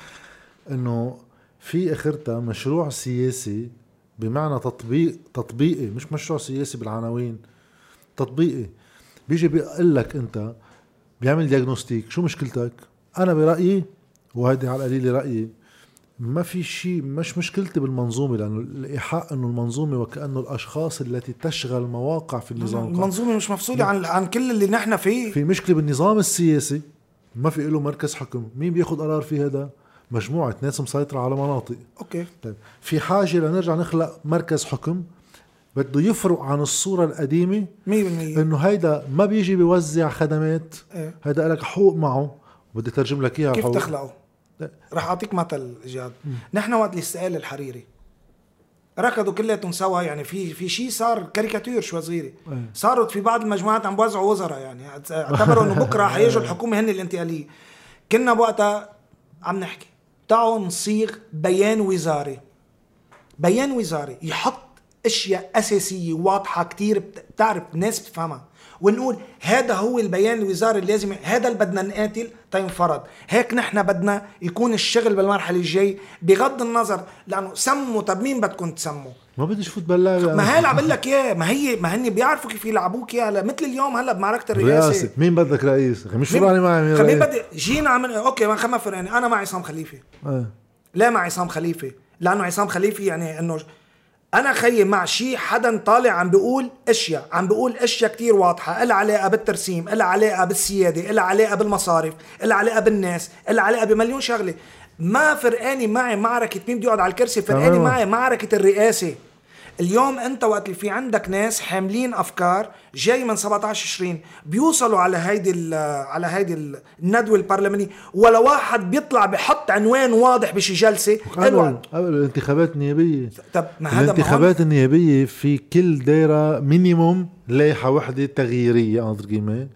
انه في اخرتها مشروع سياسي بمعنى تطبيقي، مش مشروع سياسي بالعناوين، تطبيقي. بيجي بيقول لك انت بيعمل دياغنوستيك شو مشكلتك. انا برأيي وهيدي على القليل رأيي ما في شيء، مش مشكلتي بالمنظومة، لأنه الإيحاء أنه المنظومة وكأنه الأشخاص التي تشغل مواقع في النظام.
المنظومة مش مفصولة عن كل اللي نحن فيه.
في مشكلة بالنظام السياسي، ما في له مركز حكم. مين بياخد قرار في هذا؟ مجموعة ناس مسيطرة على مناطق.
أوكي.
طيب في حاجة لنرجع نخلق مركز حكم بده يفرق عن الصورة القديمة
100%.
انه هيدا ما بيجي بيوزع خدمات.
إيه؟
هيدا لك حقوق معه، بدي ترجم لك اياها.
كيف تخلقه؟ رح اعطيك مثل جاد. نحن وقت الاستقلال الحريري ركضوا كلياتهم سوا، يعني في شيء صار كاريكاتير شوي صغيره. صارت في بعض المجموعات عم بوزعوا وزراء، يعني اعتبروا انه بكره حيجوا الحكومه هن الانتقاليه. كنا بوقتها عم نحكي تعالوا نصيغ بيان وزاري، بيان وزاري يحط اشياء اساسيه واضحه كتير بتعرف الناس بتفهمها، ونقول هذا هو البيان الوزاري اللي لازم، هذا اللي بدنا نقاتل تينفرض. هيك نحن بدنا يكون الشغل بالمرحله الجاي، بغض النظر لانه سموا. طب مين بدكم تسموا؟
ما بديش فوت بلاغ.
ما هي اللي عم لك اياه، ما هن بيعرفوا كيف يلعبوك اياها. مثل اليوم هلا بمعركه الرئاسه،
مين بدك رئيس؟ مش فرقاني معي
مين بدي جينا عم اوكي ما خما فرقاني. انا مع عصام خليفه. لا مع عصام خليفه، لانه عصام خليفه يعني انه انا خيي مع شيء حدا طالع عم بيقول اشياء كتير واضحه، إلها علاقه بالترسيم، إلها علاقه بالسياده، إلها علاقه بالمصارف، إلها علاقه بالناس، إلها علاقه بمليون شغله. ما فرقاني معي معركه مين بده يقعد على الكرسي، فرقاني معي معركه الرئاسه. اليوم انت وقت اللي في عندك ناس حاملين افكار جاي من 17 بيوصلوا على هيدي الندوه البرلمانيه، ولا واحد بيطلع بحط عنوان واضح بشي جلسه
قبل الانتخابات النيابيه.
طب ما هذا
الانتخابات النيابيه في كل دايره مينيموم لائحه وحده تغييريه انتر جيمين،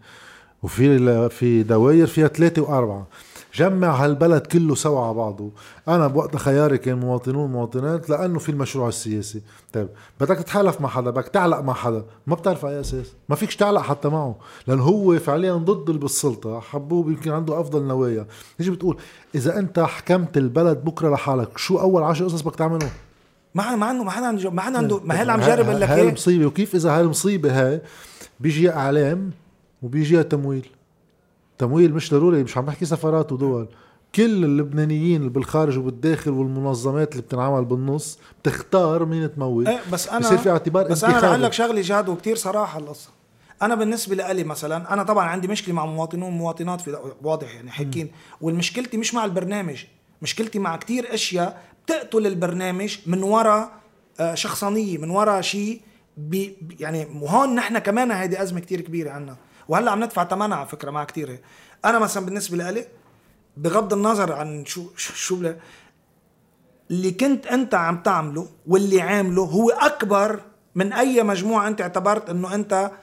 وفي دواير فيها 3 و4. جمع هالبلد كله سوا على بعضه. أنا بوقت خياري كان مواطنون مواطنات، لأنه في المشروع السياسي. طيب بدك تتحالف مع حدا، بدك تعلق مع حدا، ما بتعرف على أساس، ما فيكش تعلق حتى معه، لأنه هو فعليا ضد اللي بالسلطة، حبوه يمكن عنده أفضل نوايا. تيجي بتقول إذا أنت حكمت البلد بكرة لحالك، شو أول 10 قصص بدك تعمله؟
ما عنده ما هي اللي عم جرب لك
هاي المصيبة. وكيف إذا هاي المصيبة هاي بيجي إعلام وبيجي تمويل مش ضروري، مش عم بحكي سفارات ودول، كل اللبنانيين اللي بالخارج وبالداخل والمنظمات اللي بتنعمل بالنص بتختار مين تمول.
بس انا
بصير في اعتبار
بس انا بقول لك شغله جاد وكتير صراحه القصه. انا بالنسبه لي مثلا، انا طبعا عندي مشكله مع مواطنون ومواطنات في واضح يعني حكين، والمشكلتي مش مع البرنامج، مشكلتي مع كتير اشياء بتقتل البرنامج من وراء شخصانيه، من وراء شيء يعني. وهون نحن كمان هيدي ازمه كتير كبيره عنا، وهلا عم ندفع ثمنها على فكره مع كتير. انا مثلا بالنسبه لي بغض النظر عن شو اللي كنت انت عم تعمله واللي عامله هو اكبر من اي مجموعه انت اعتبرت انه انت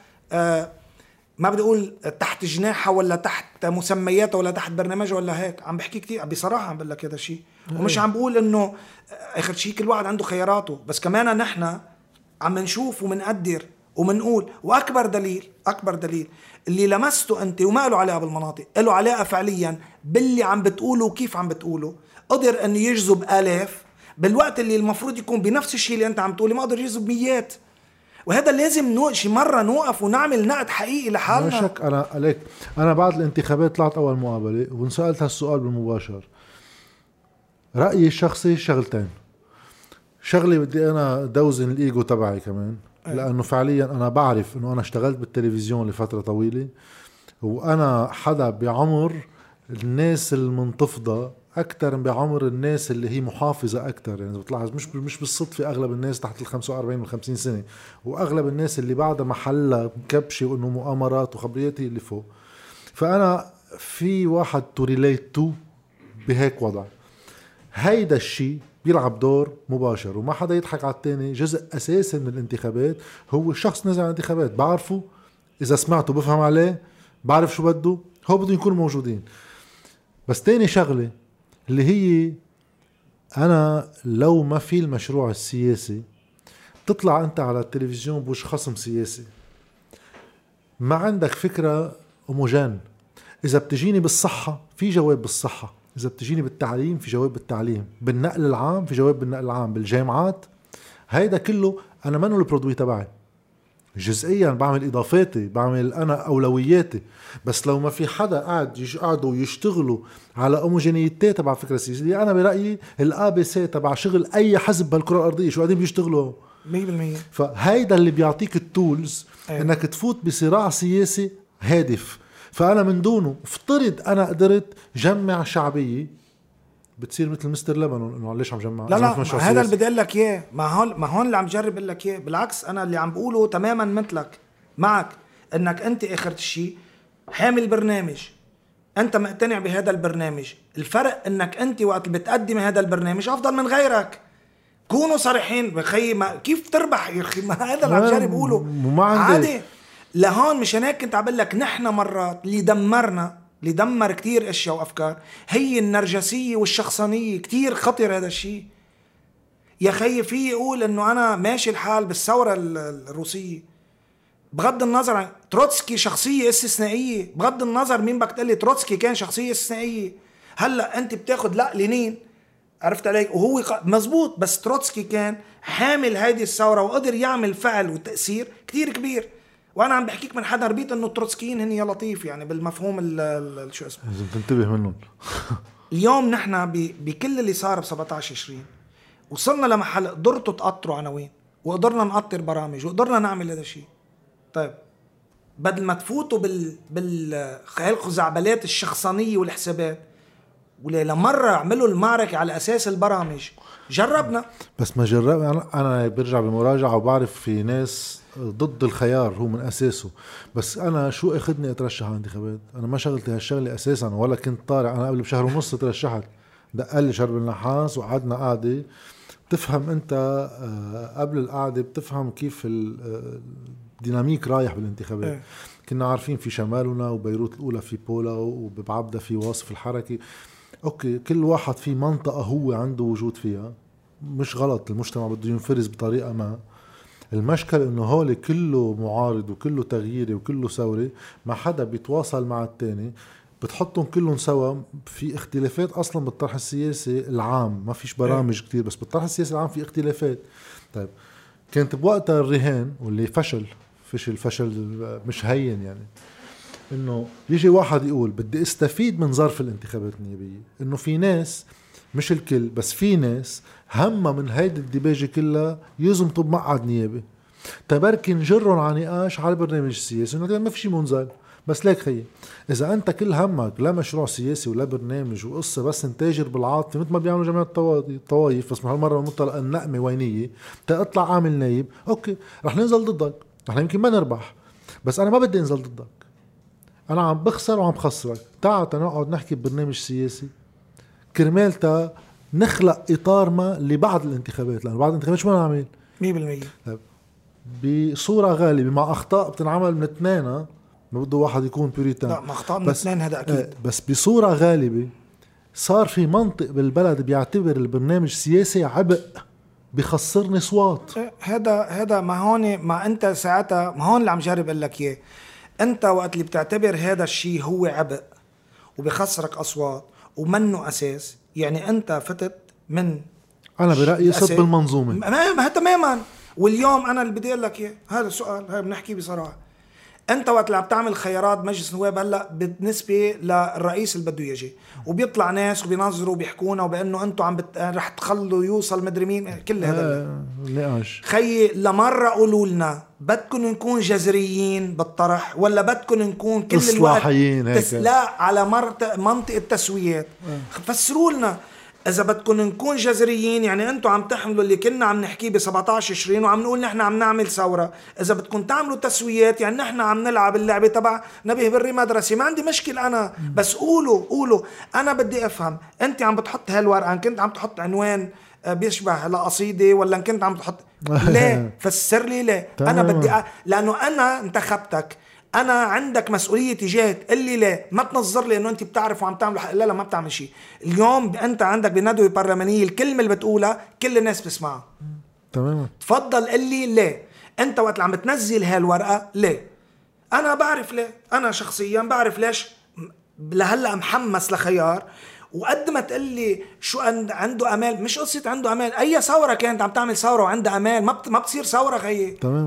ما بدي اقول تحت جناحها ولا تحت مسمياتها ولا تحت برنامجها ولا هيك. عم بحكي كتير بصراحه، عم بقول لك هذا الشيء، ومش عم بقول انه اخر شيء كل واحد عنده خياراته، بس كمان نحن عم نشوف ومنقدر ومنقول. واكبر دليل اللي لمسته انت وما له علاقه بالمناطق، له علاقه فعليا باللي عم بتقوله وكيف عم بتقوله. قدر انه يجذب آلاف بالوقت اللي المفروض يكون بنفس الشيء اللي انت عم تقولي ما قدر يجذب ميات. وهذا لازم شي مرة نوقف ونعمل نقد حقيقي لحالنا.
ما شك. أنا بعد الانتخابات طلعت أول مقابلة وانسألت هالسؤال بالمباشر. رأيي الشخصي شغلتين. شغلي بدي أنا دوزن الإيجو تبعي كمان، لأنه فعليا أنا بعرف أنه أنا اشتغلت بالتلفزيون لفترة طويلة، وأنا حدا بعمر الناس المنتفضة أكتر من بعمر الناس اللي هي محافظة أكتر. يعني بتلاحظ مش بالصدفة أغلب الناس تحت 45 و50 سنة، وأغلب الناس اللي بعدها محلها كبشة وإنه مؤامرات وخبرياتي اللي فوق. فأنا في واحد توريليت تو بهيك وضع. هيدا الشيء بيلعب دور مباشر وما حدا يضحك على التاني. جزء أساسي من الانتخابات هو الشخص نزل على الانتخابات، بعرفه إذا سمعته بفهم عليه، بعرف شو بده، هو بده يكونوا موجودين. بس تاني شغلة اللي هي أنا لو ما في المشروع السياسي تطلع أنت على التلفزيون بوش خصم سياسي، ما عندك فكرة هوموجين. إذا بتجيني بالصحة في جواب بالصحة، إذا بتجيني بالتعليم في جواب بالتعليم، بالنقل العام في جواب بالنقل العام، بالجامعات. هيدا كله أنا منو البرودوي تبعي. جزئيا بعمل اضافاتي، بعمل انا اولوياتي. بس لو ما في حدا قاعدوا يشتغلوا على اوموجينيتي تبع فكره سياسيه، انا برايي الA B C تبع شغل اي حزب بالكره الارضيه شو قاعدين بيشتغلوا
100%.
فهيدا اللي بيعطيك التولز انك تفوت بصراع سياسي هادف. فانا من دونه افترض انا قدرت جمع شعبيه، بتصير مثل مستر لبنان انه ليش عم جمع.
لا هذا اللي بدي اقول لك اياه. ما هون اللي عم جرب اقول لك اياه. بالعكس انا اللي عم بقوله تماما مثلك معك، انك انت اخر شيء حامل برنامج، انت مقتنع بهذا البرنامج. الفرق انك انت وقت بتقدم هذا البرنامج افضل من غيرك. كونوا صريحين بخي، كيف تربح يا اخي؟ ما هذا اللي عم جرب اقوله عادي. لهون مشان هيك كنت عم بقول لك نحن مرات اللي دمر كتير اشياء وافكار هي النرجسيه والشخصانيه. كتير خطر هذا الشيء يا خي. في يقول انه انا ماشي الحال بالثوره الروسيه، بغض النظر عن تروتسكي شخصيه استثنائيه، بغض النظر مين بدك تقلي تروتسكي كان شخصيه استثنائيه. هلا انت بتاخد لا لينين، عرفت عليك، وهو مزبوط، بس تروتسكي كان حامل هذه الثوره وقدر يعمل فعل وتاثير كتير كبير. وانا عم بحكيك من حدا ربيت انه التروتسكيين هن يا لطيف يعني بالمفهوم شو اسمه،
لازم تنتبه منهم.
اليوم نحن بكل اللي صار ب17/20 وصلنا لمحل قدرتوا تقطروا عناوين وقدرنا نقطر برامج وقدرنا نعمل هذا الشيء. طيب بدل ما تفوتوا بالخزعبلات الشخصانيه والحسابات، ولا مرة عملوا المعركة على أساس البرامج. جربنا
بس ما جرب. أنا برجع بمراجعة وبعرف في ناس ضد الخيار هو من أساسه. بس أنا شو أخذني أترشح على الانتخابات؟ أنا ما شغلت هالشغلة أساسا ولا كنت طارع. أنا قبل بشهر ونص ترشحت، دقل لي شرب النحاس وقعدنا قاعدة. تفهم أنت قبل القعدة بتفهم كيف الديناميك رايح بالانتخابات. كنا عارفين في شمالنا وبيروت الأولى في بولا وببعبدة في واصف الحركي. أوكي كل واحد في منطقة هو عنده وجود فيها، مش غلط، المجتمع بده ينفرز بطريقة ما. المشكل إنه هولي كله معارض وكله تغييري وكله ثوري، ما حدا بيتواصل مع التاني، بتحطهم كلهم سوا. في اختلافات أصلا بالطرح السياسي العام، ما فيش برامج كتير، بس بالطرح السياسي العام في اختلافات. طيب كانت بوقتها الرهان واللي فشل مش هين يعني، انه يجي واحد يقول بدي استفيد من ظرف الانتخابات النيابية، انه في ناس مش الكل بس في ناس همة من هيدي الديباجة كلها يزمطوا بمقعد نيابي تبركي نجرهم على نقاش على البرنامج السياسي، انه ما في شي منزل. بس ليك خيي، اذا انت كل همك لا مشروع سياسي ولا برنامج وقصة بس نتاجر بالعاطفة مثل ما بيعملوا جميع الطوائف، بس هالمرة من منطلق النقمة وينية تطلع عامل نايب، اوكي رح ننزل ضدك، رح يمكن ما نربح، بس انا ما بدي انزل ضدك، انا عم بخسر وعم خسرك. تعال نقعد نحكي ببرنامج سياسي كرمالتا نخلق اطار ما اللي بعد الانتخابات، لانه بعد الانتخابات شو نعمل
100%
بصورة غالبة مع اخطاء بتنعمل من اثنين. ما بده واحد يكون بيوريتان،
لا ما اخطاء من اثنين هذا اكيد.
بس بصورة غالبة صار في منطق بالبلد بيعتبر البرنامج سياسي عبء بيخسرني اصوات.
هذا ما هون، ما انت ساعتها، ما هون اللي عم جرب اقول لك اياه. انت وقت اللي بتعتبر هذا الشيء هو عبء وبيخسرك اصوات ومنه اساس، يعني انت فتت من، انا
برأيي صد بالمنظومة.
ما تماما. واليوم انا اللي بدي اقول لك اياه، هذا السؤال هاي بنحكي بصراحة. انت وقت اللي عم تعمل خيارات مجلس النواب هلا بالنسبه للرئيس اللي بده يجي، وبيطلع ناس وبينظروا وبيحكونا وبانه انتم رح تخلوا يوصل مدري مين، كل هذا
نقاش.
خيي لمره قولوا لنا بدكم نكون جذريين بالطرح ولا بدكم نكون كل الوقت لا على منطقه التسويات؟ فسروا لنا. إذا بدكم نكون جذريين يعني أنتوا عم تحملوا اللي كنا عم نحكيه ب17/20 وعم نقول نحن عم نعمل ثورة. إذا بدكم تعملوا تسويات يعني نحن عم نلعب اللعبة تبع نبيه بري مدرسي. ما عندي مشكل أنا، بس قولوا. أنا بدي أفهم أنت عم بتحط هالورقة، إن كنت عم تحط عنوان بيشبه لقصيدة ولا إن كنت عم تحط ليه؟ فسر لي ليه. أنا بدي لأنه أنا انتخبتك، انا عندك مسؤوليه تجاه اللي لا ما تنظر لي انه انت بتعرف وعم تعمل لا ما بتعمل شيء. اليوم انت عندك بندوه برلمانيه الكلمه اللي بتقولها كل الناس بتسمعها
تماما.
تفضل اللي لا انت وقت عم بتنزل هالورقه ليه. انا بعرف ليه، انا شخصيا بعرف ليش لهلا محمس لخيار. وقد ما تقول لي شو عنده امال، مش قصه عنده امال، اي ثوره كانت عم تعمل ثوره وعندها امال ما بتصير ثوره خيي.
تماما.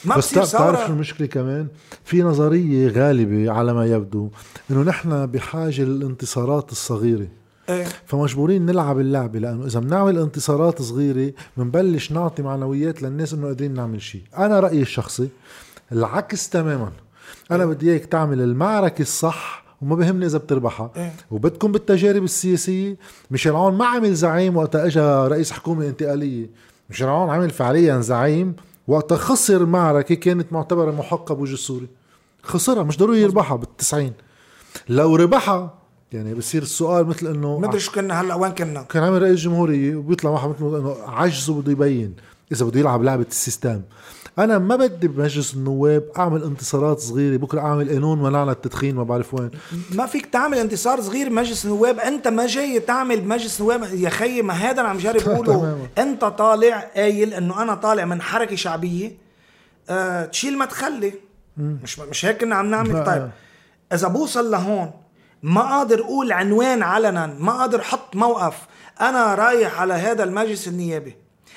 ما
بس
بتصير
بتعرف شو
ثورة.
المشكلة كمان؟ في نظرية غالبة على ما يبدو انه نحن بحاجة للانتصارات الصغيرة،
ايه
فمجبورين نلعب اللعبة، لأنه إذا بنعمل انتصارات صغيرة بنبلش نعطي معنويات للناس إنه قادرين نعمل شيء. أنا رأيي الشخصي العكس تماما. أنا بدي إياك تعمل المعركة الصح وما بهمني إذا بتربحها.
إيه.
وبدكم بالتجارب السياسية. ميشيل عون ما عمل زعيم وقت أجا رئيس حكومة انتقالية. ميشيل عون عمل فعليا زعيم وقت خسر معركة كانت معتبرة محقة بوجه السوري، خسرها، مش ضروري يربحها بالتسعين. لو ربحها يعني بصير السؤال مثل انه
مدري شو كنا هلا وين كنا.
كان عامل رئيس جمهورية وبيطلع واحد مثل انه عجزه بده يبين اذا بده يلعب لعبة السيستم. انا ما بدي بمجلس النواب اعمل انتصارات صغيرة بكره اعمل قانون منعنا التدخين ما بعرف وين.
ما فيك تعمل انتصار صغير بمجلس النواب. انت ما جاي تعمل بمجلس النواب يا خيي. ما هذا انا عم جرب اقوله. انت طالع قايل انه انا طالع من حركة شعبية تشيل ما تخلي. مش هيك كنا عم نعمل. طيب اذا بوصل لهون ما قادر اقول عنوان علنا، ما قادر احط موقف، انا رايح على هذا المجلس النيابي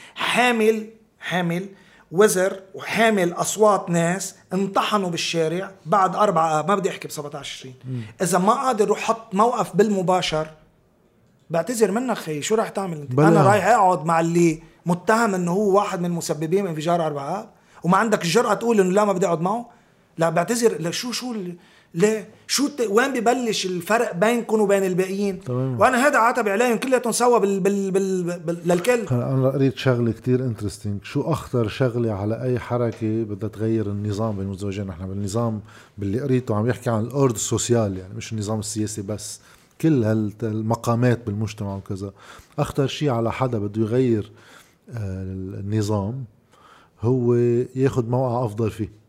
حامل وزر وحامل اصوات ناس انطحنوا بالشارع بعد 4 آب، ما بدي احكي ب17 20، اذا ما قادر اروح احط موقف بالمباشر بعتذر منك خي. شو راح تعمل انت؟ انا رايح اقعد مع اللي متهم انه هو واحد من مسببين انفجار 4 آب وما عندك الجرأة تقول انه لا ما بدي اقعد معه؟ لا بعتذر. لا شو ليه وين ببلش الفرق بينكم وبين الباقيين؟ وانا هذا عاتب عليهم كلياتهم سوا للكل.
انا قريت شغله كتير انترستينج. شو اخطر شغله على اي حركه بدها تغير النظام بين المزدوجين؟ نحن بالنظام باللي قريته عم يحكي عن الأورد السوسيال، يعني مش النظام السياسي بس، كل هالمقامات بالمجتمع وكذا. اخطر شيء على حدا بده يغير النظام هو ياخد موقع افضل فيه.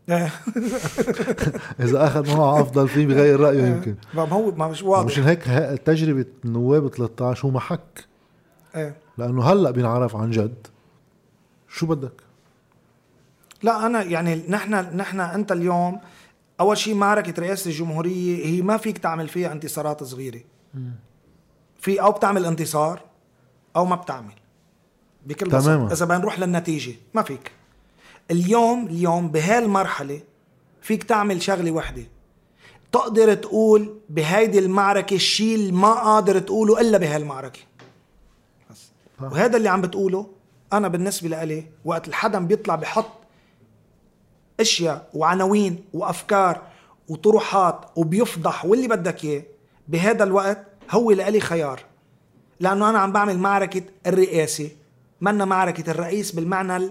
إذا أخذ موقع أفضل فيه بغير رأيه يمكن.
هو ما مش واضح.
مش هيك تجربة النواب 13 هو محك. لأنه هلأ بينعرف عن جد شو بدك.
لا أنا يعني نحن أنت اليوم أول شيء معركة رئاسة الجمهورية هي ما فيك تعمل فيها انتصارات صغيرة. في أو بتعمل انتصار أو ما بتعمل بكل بساطة. إذا بنروح للنتيجة ما فيك. اليوم بهالمرحلة فيك تعمل شغلة واحدة، تقدر تقول بهيدي المعركة الشيء ما قادر تقوله إلا بهالمعركة بس. وهذا اللي عم بتقوله أنا بالنسبة لي. وقت الحدا بيطلع بحط أشياء وعناوين وأفكار وطروحات وبيفضح واللي بدك إياه بهذا الوقت، هو لي خيار. لأنه أنا عم بعمل معركة الرئاسة، منا معركة الرئيس بالمعنى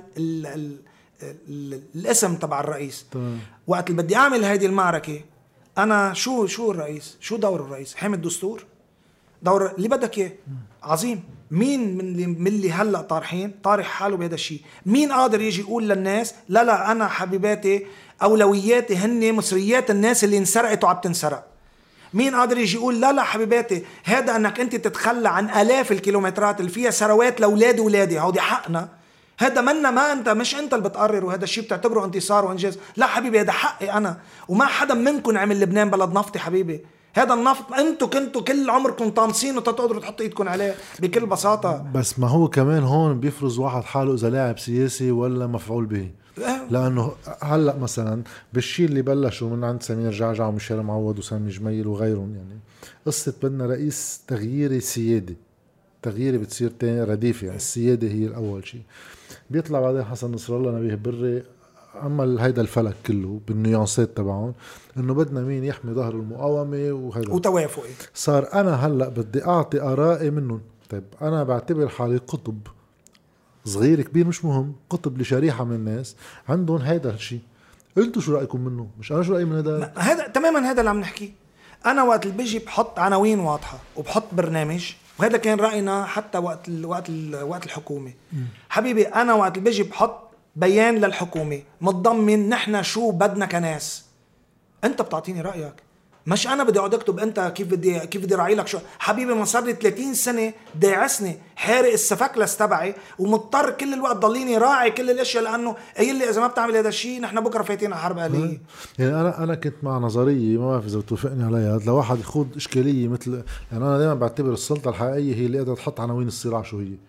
الاسم تبع الرئيس. وقت اللي بدي اعمل هيدي المعركة انا شو الرئيس؟ شو دور الرئيس؟ حامي الدستور؟ دور اللي بدك اياه عظيم. مين من اللي هلا طارح حاله بهذا الشيء؟ مين قادر يجي يقول للناس لا انا حبيباتي اولوياتي هن مصريات الناس اللي انسرقت وعم تنسرق؟ مين قادر يجي يقول لا حبيباتي هذا انك انت تتخلى عن آلاف الكيلومترات اللي فيها ثروات لاولادي ولادي هودي حقنا؟ هذا ما انت مش انت اللي بتقرر، وهذا الشيء بتعتبره انتصار وانجاز. لا حبيبي هذا حقي انا، وما حدا منكم عمل لبنان بلد نفطي حبيبي. هذا النفط انتوا كنتوا كل عمركم طامسين وتقدروا تحطوا ايدكم عليه بكل بساطة.
بس ما هو كمان هون بيفرز واحد حاله اذا لاعب سياسي ولا مفعول به. لانه هلا مثلا بالشيء اللي بلشوا من عند سمير جعجع وميشيل معوض وسامي جميل وغيرهم، يعني قصة بدنا رئيس تغييري سيادي، تغييري بتصير تاني رديفة، يعني السيادة هي الأول شيء. بيطلع بعدين حسن نصر الله نبيه بري عمل هيدا الفلك كله بالنيانسات تبعهم انه بدنا مين يحمي ظهر المقاومة وهيدا
وتوافقي.
صار انا هلأ بدي اعطي ارائي منهم. طيب انا بعتبر حالي قطب صغير كبير مش مهم، قطب لشريحة من الناس عندهم هيدا الشيء. انتوا شو رأيكم منه؟ مش انا شو رأيي من
هذا تماما هذا اللي عم نحكي. انا وقت اللي بيجي بحط عناوين واضحة وبحط برنامج، وهذا كان رأينا حتى وقت الحكومة. حبيبي أنا وقت اللي بيجي بحط بيان للحكومة متضمن نحن شو بدنا كناس. أنت بتعطيني رأيك، مش أنا بدي أقعد أكتب أنت كيف بدي راعي لك شو. حبيبي ما صار لي 30 سنة داعسني حارق السفكلس تبعي ومضطر كل الوقت ضليني راعي كل الأشياء، لأنه قايل لي إذا ما بتعمل هذا الشيء نحن بكرة فايتين حرب أهلية.
يعني أنا كنت مع نظرية ما بعرف إذا توافقني عليها، لو واحد يخوض إشكالية مثل، يعني أنا دائما بعتبر السلطة الحقيقية هي اللي قادرة تحط عناوين الصراع شو هي.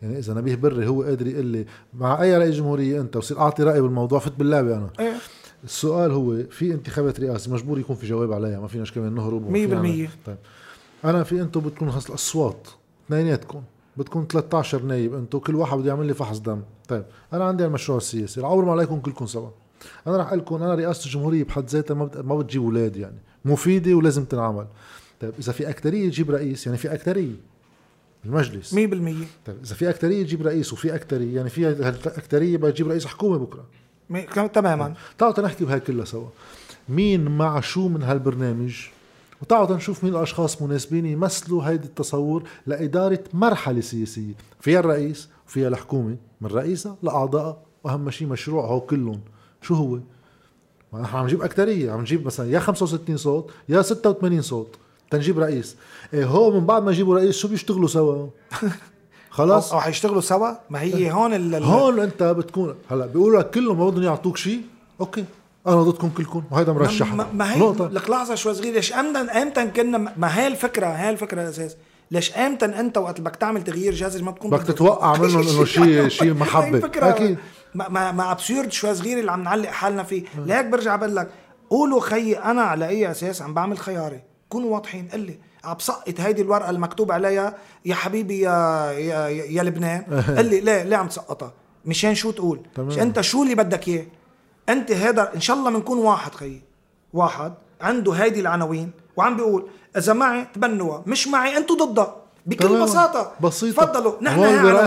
يعني اذا نبيه بري هو قادر يقول لي مع اي رئيس جمهوريه انت وصير اعطي رايي بالموضوع فت باللعبه انا. السؤال هو في انتخابات رئاسه مجبور يكون في جواب عليها، ما فيناش كمان نهرب
100%.
طيب انا في انتم بدكم الاصوات اثنيناتكم بدكم 13 نايب انتم كل واحد بده يعمل لي فحص دم. طيب انا عندي المشروع السياسي العمر ما عليكم كلكم سوا، انا رح اقول لكم انا رئاسه الجمهوريه بحد ذاتها ما بتجيب اولاد يعني مفيده ولازم تنعمل. طيب اذا في اكتريه تجيب رئيس يعني في اكتريه المجلس
100%.
طيب اذا في اكتريه تجيب رئيس وفي اكتريه يعني في اكتريه بتجيب رئيس حكومه بكره.
تماما.
تعالوا نحكي بهاي كلها سوا، مين مع شو من هالبرنامج، وتعالوا نشوف مين الاشخاص مناسبين يمثلوا هيدي التصور لاداره مرحله سياسيه فيها الرئيس وفيها الحكومه من رئيسها لاعضائها، واهم شيء مشروعها كلهم شو هو. ما نحن عم نجيب اكتريه، عم نجيب مثلا يا 65 صوت يا 86 صوت تنجيب رئيس. إيه هو من بعد ما يجيبوا رئيس شو بيشتغلوا سوا؟ خلاص
او حيشتغلوا سوا. ما هي هون
هون انت بتكون هلا بيقولوا لك كلهم ما بدهم يعطوك شيء، اوكي انا ضدكم كلكم وهيدا مرشح.
ما هي لك لحظه شوي صغيره، ليش امتى كنا ما هي الفكره الاساس. ليش امتى انت وقت بدك تعمل تغيير جذري ما بتكون
بدك تتوقع منهم انه شيء محبه
اكيد. ما ابسورد شوي صغيره اللي عم نعلق حالنا فيه. ليك برجع بقول لك قولوا خيي انا على اي اساس عم بعمل خياري، كونوا واضحين. قل لي عم بسقط هيدي الورقه المكتوب عليها يا حبيبي يا لبنان. قل لي ليه عم تسقطها؟ مشان شو تقول؟ مش انت شو اللي بدك اياه انت. هذا ان شاء الله بنكون واحد خيي، واحد عنده هيدي العناوين وعم بيقول اذا معي تبنوها، مش معي انتوا ضدها بكل بساطه.
بسيطه.
تفضلوا. نحن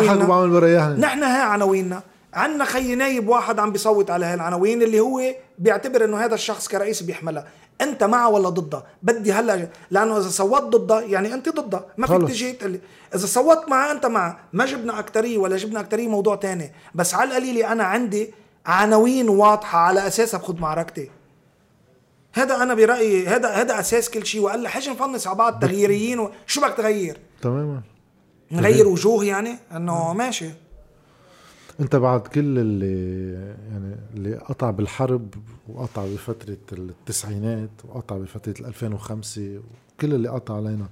هاي عناويننا. عندنا خي نايب واحد عم بيصوت على هالعناوين اللي هو بيعتبر انه هذا الشخص كرئيس بيحملها. انت معه ولا ضدها؟ بدي هلا، لانه اذا صوت ضدها يعني انت ضدها، ما فيك تجي تقلي. اذا صوت معه انت معه، ما جبنا اكتريه ولا جبنا اكتريه موضوع تاني، بس على القليله انا عندي عناوين واضحه على اساسها بخذ معركتي. هذا انا برايي هذا اساس كل شيء. وقال حاجه نفنس على بعض تغييريين شو بدك تغير؟
تماما
نغير وجوه يعني انه ماشي.
انت بعد كل اللي قطع بالحرب وقطع بفترة التسعينات وقطع بفترة 2005 وكل اللي قطع علينا،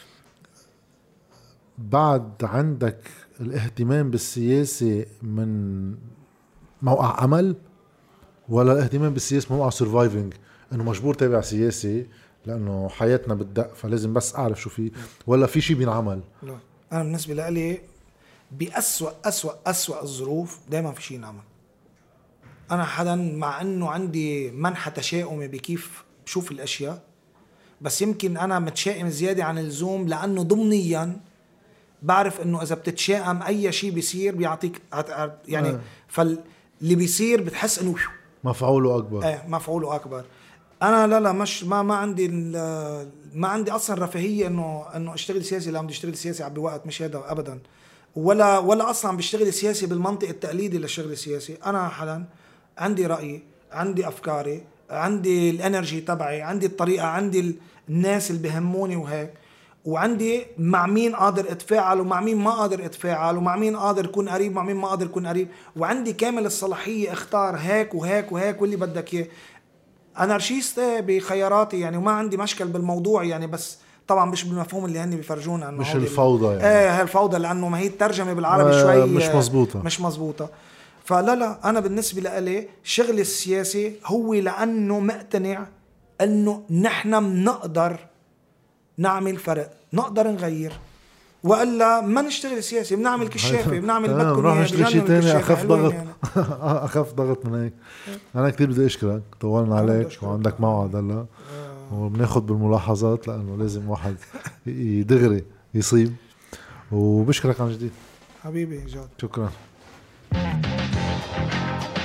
بعد عندك الاهتمام بالسياسة من موقع عمل ولا الاهتمام بالسياسة موقع سيرفايفنج، انه مجبور تابع سياسي لانه حياتنا بتدق فلازم بس اعرف شو فيه، ولا في شيء بينعمل؟
لا انا بالنسبة لي بأسوأ الظروف دايما في شيء نعمل. انا حدا مع انه عندي منحى تشاؤمي بكيف بشوف الاشياء، بس يمكن انا متشائم زيادة عن اللزوم لانه ضمنيا بعرف انه اذا بتتشائم اي شيء بيصير بيعطيك يعني فاللي بيصير بتحس انه
مفعوله اكبر.
مفعوله اكبر. انا لا مش ما عندي اصلا رفاهيه انه اشتغل سياسي. لا بدي اشتغل سياسي على بوقت مش هذا ابدا، ولا اصلا بشتغل سياسي بالمنطق التقليدي للشغل السياسي. انا حالا عندي رايي، عندي افكاري، عندي الانرجي تبعي، عندي الطريقه، عندي الناس اللي بهموني وهيك، وعندي مع مين قادر اتفاعل ومع مين ما قادر اتفاعل، ومع مين قادر اكون قريب ومع مين ما قادر اكون قريب، وعندي كامل الصلاحيه اختار هيك وهيك وهيك واللي بدك اياه. انارشيست بخياراتي يعني، وما عندي مشكل بالموضوع يعني، بس طبعا مش بالمفهوم اللي هن بيفرجونا انه
مش الفوضى يعني.
هي الفوضى، لانه ما هي الترجمه بالعربي شوي مش مزبوطه. فلا انا بالنسبه لي شغل السياسي هو لانه مقتنع انه نحن بنقدر نعمل فرق، نقدر نغير، والا ما نشتغل سياسي. بنعمل كشافه، بنعمل بدكم
اياه، نشتري شيء ثاني اخف ضغط يعني. اخف ضغط من هيك. انا كثير بدي اشكرك، طولنا عليك وعندك موعد هلا وبناخذ بالملاحظات لانه لازم واحد يدغري يصيب. وبشكرك عن جديد
حبيبي جاد،
شكرا.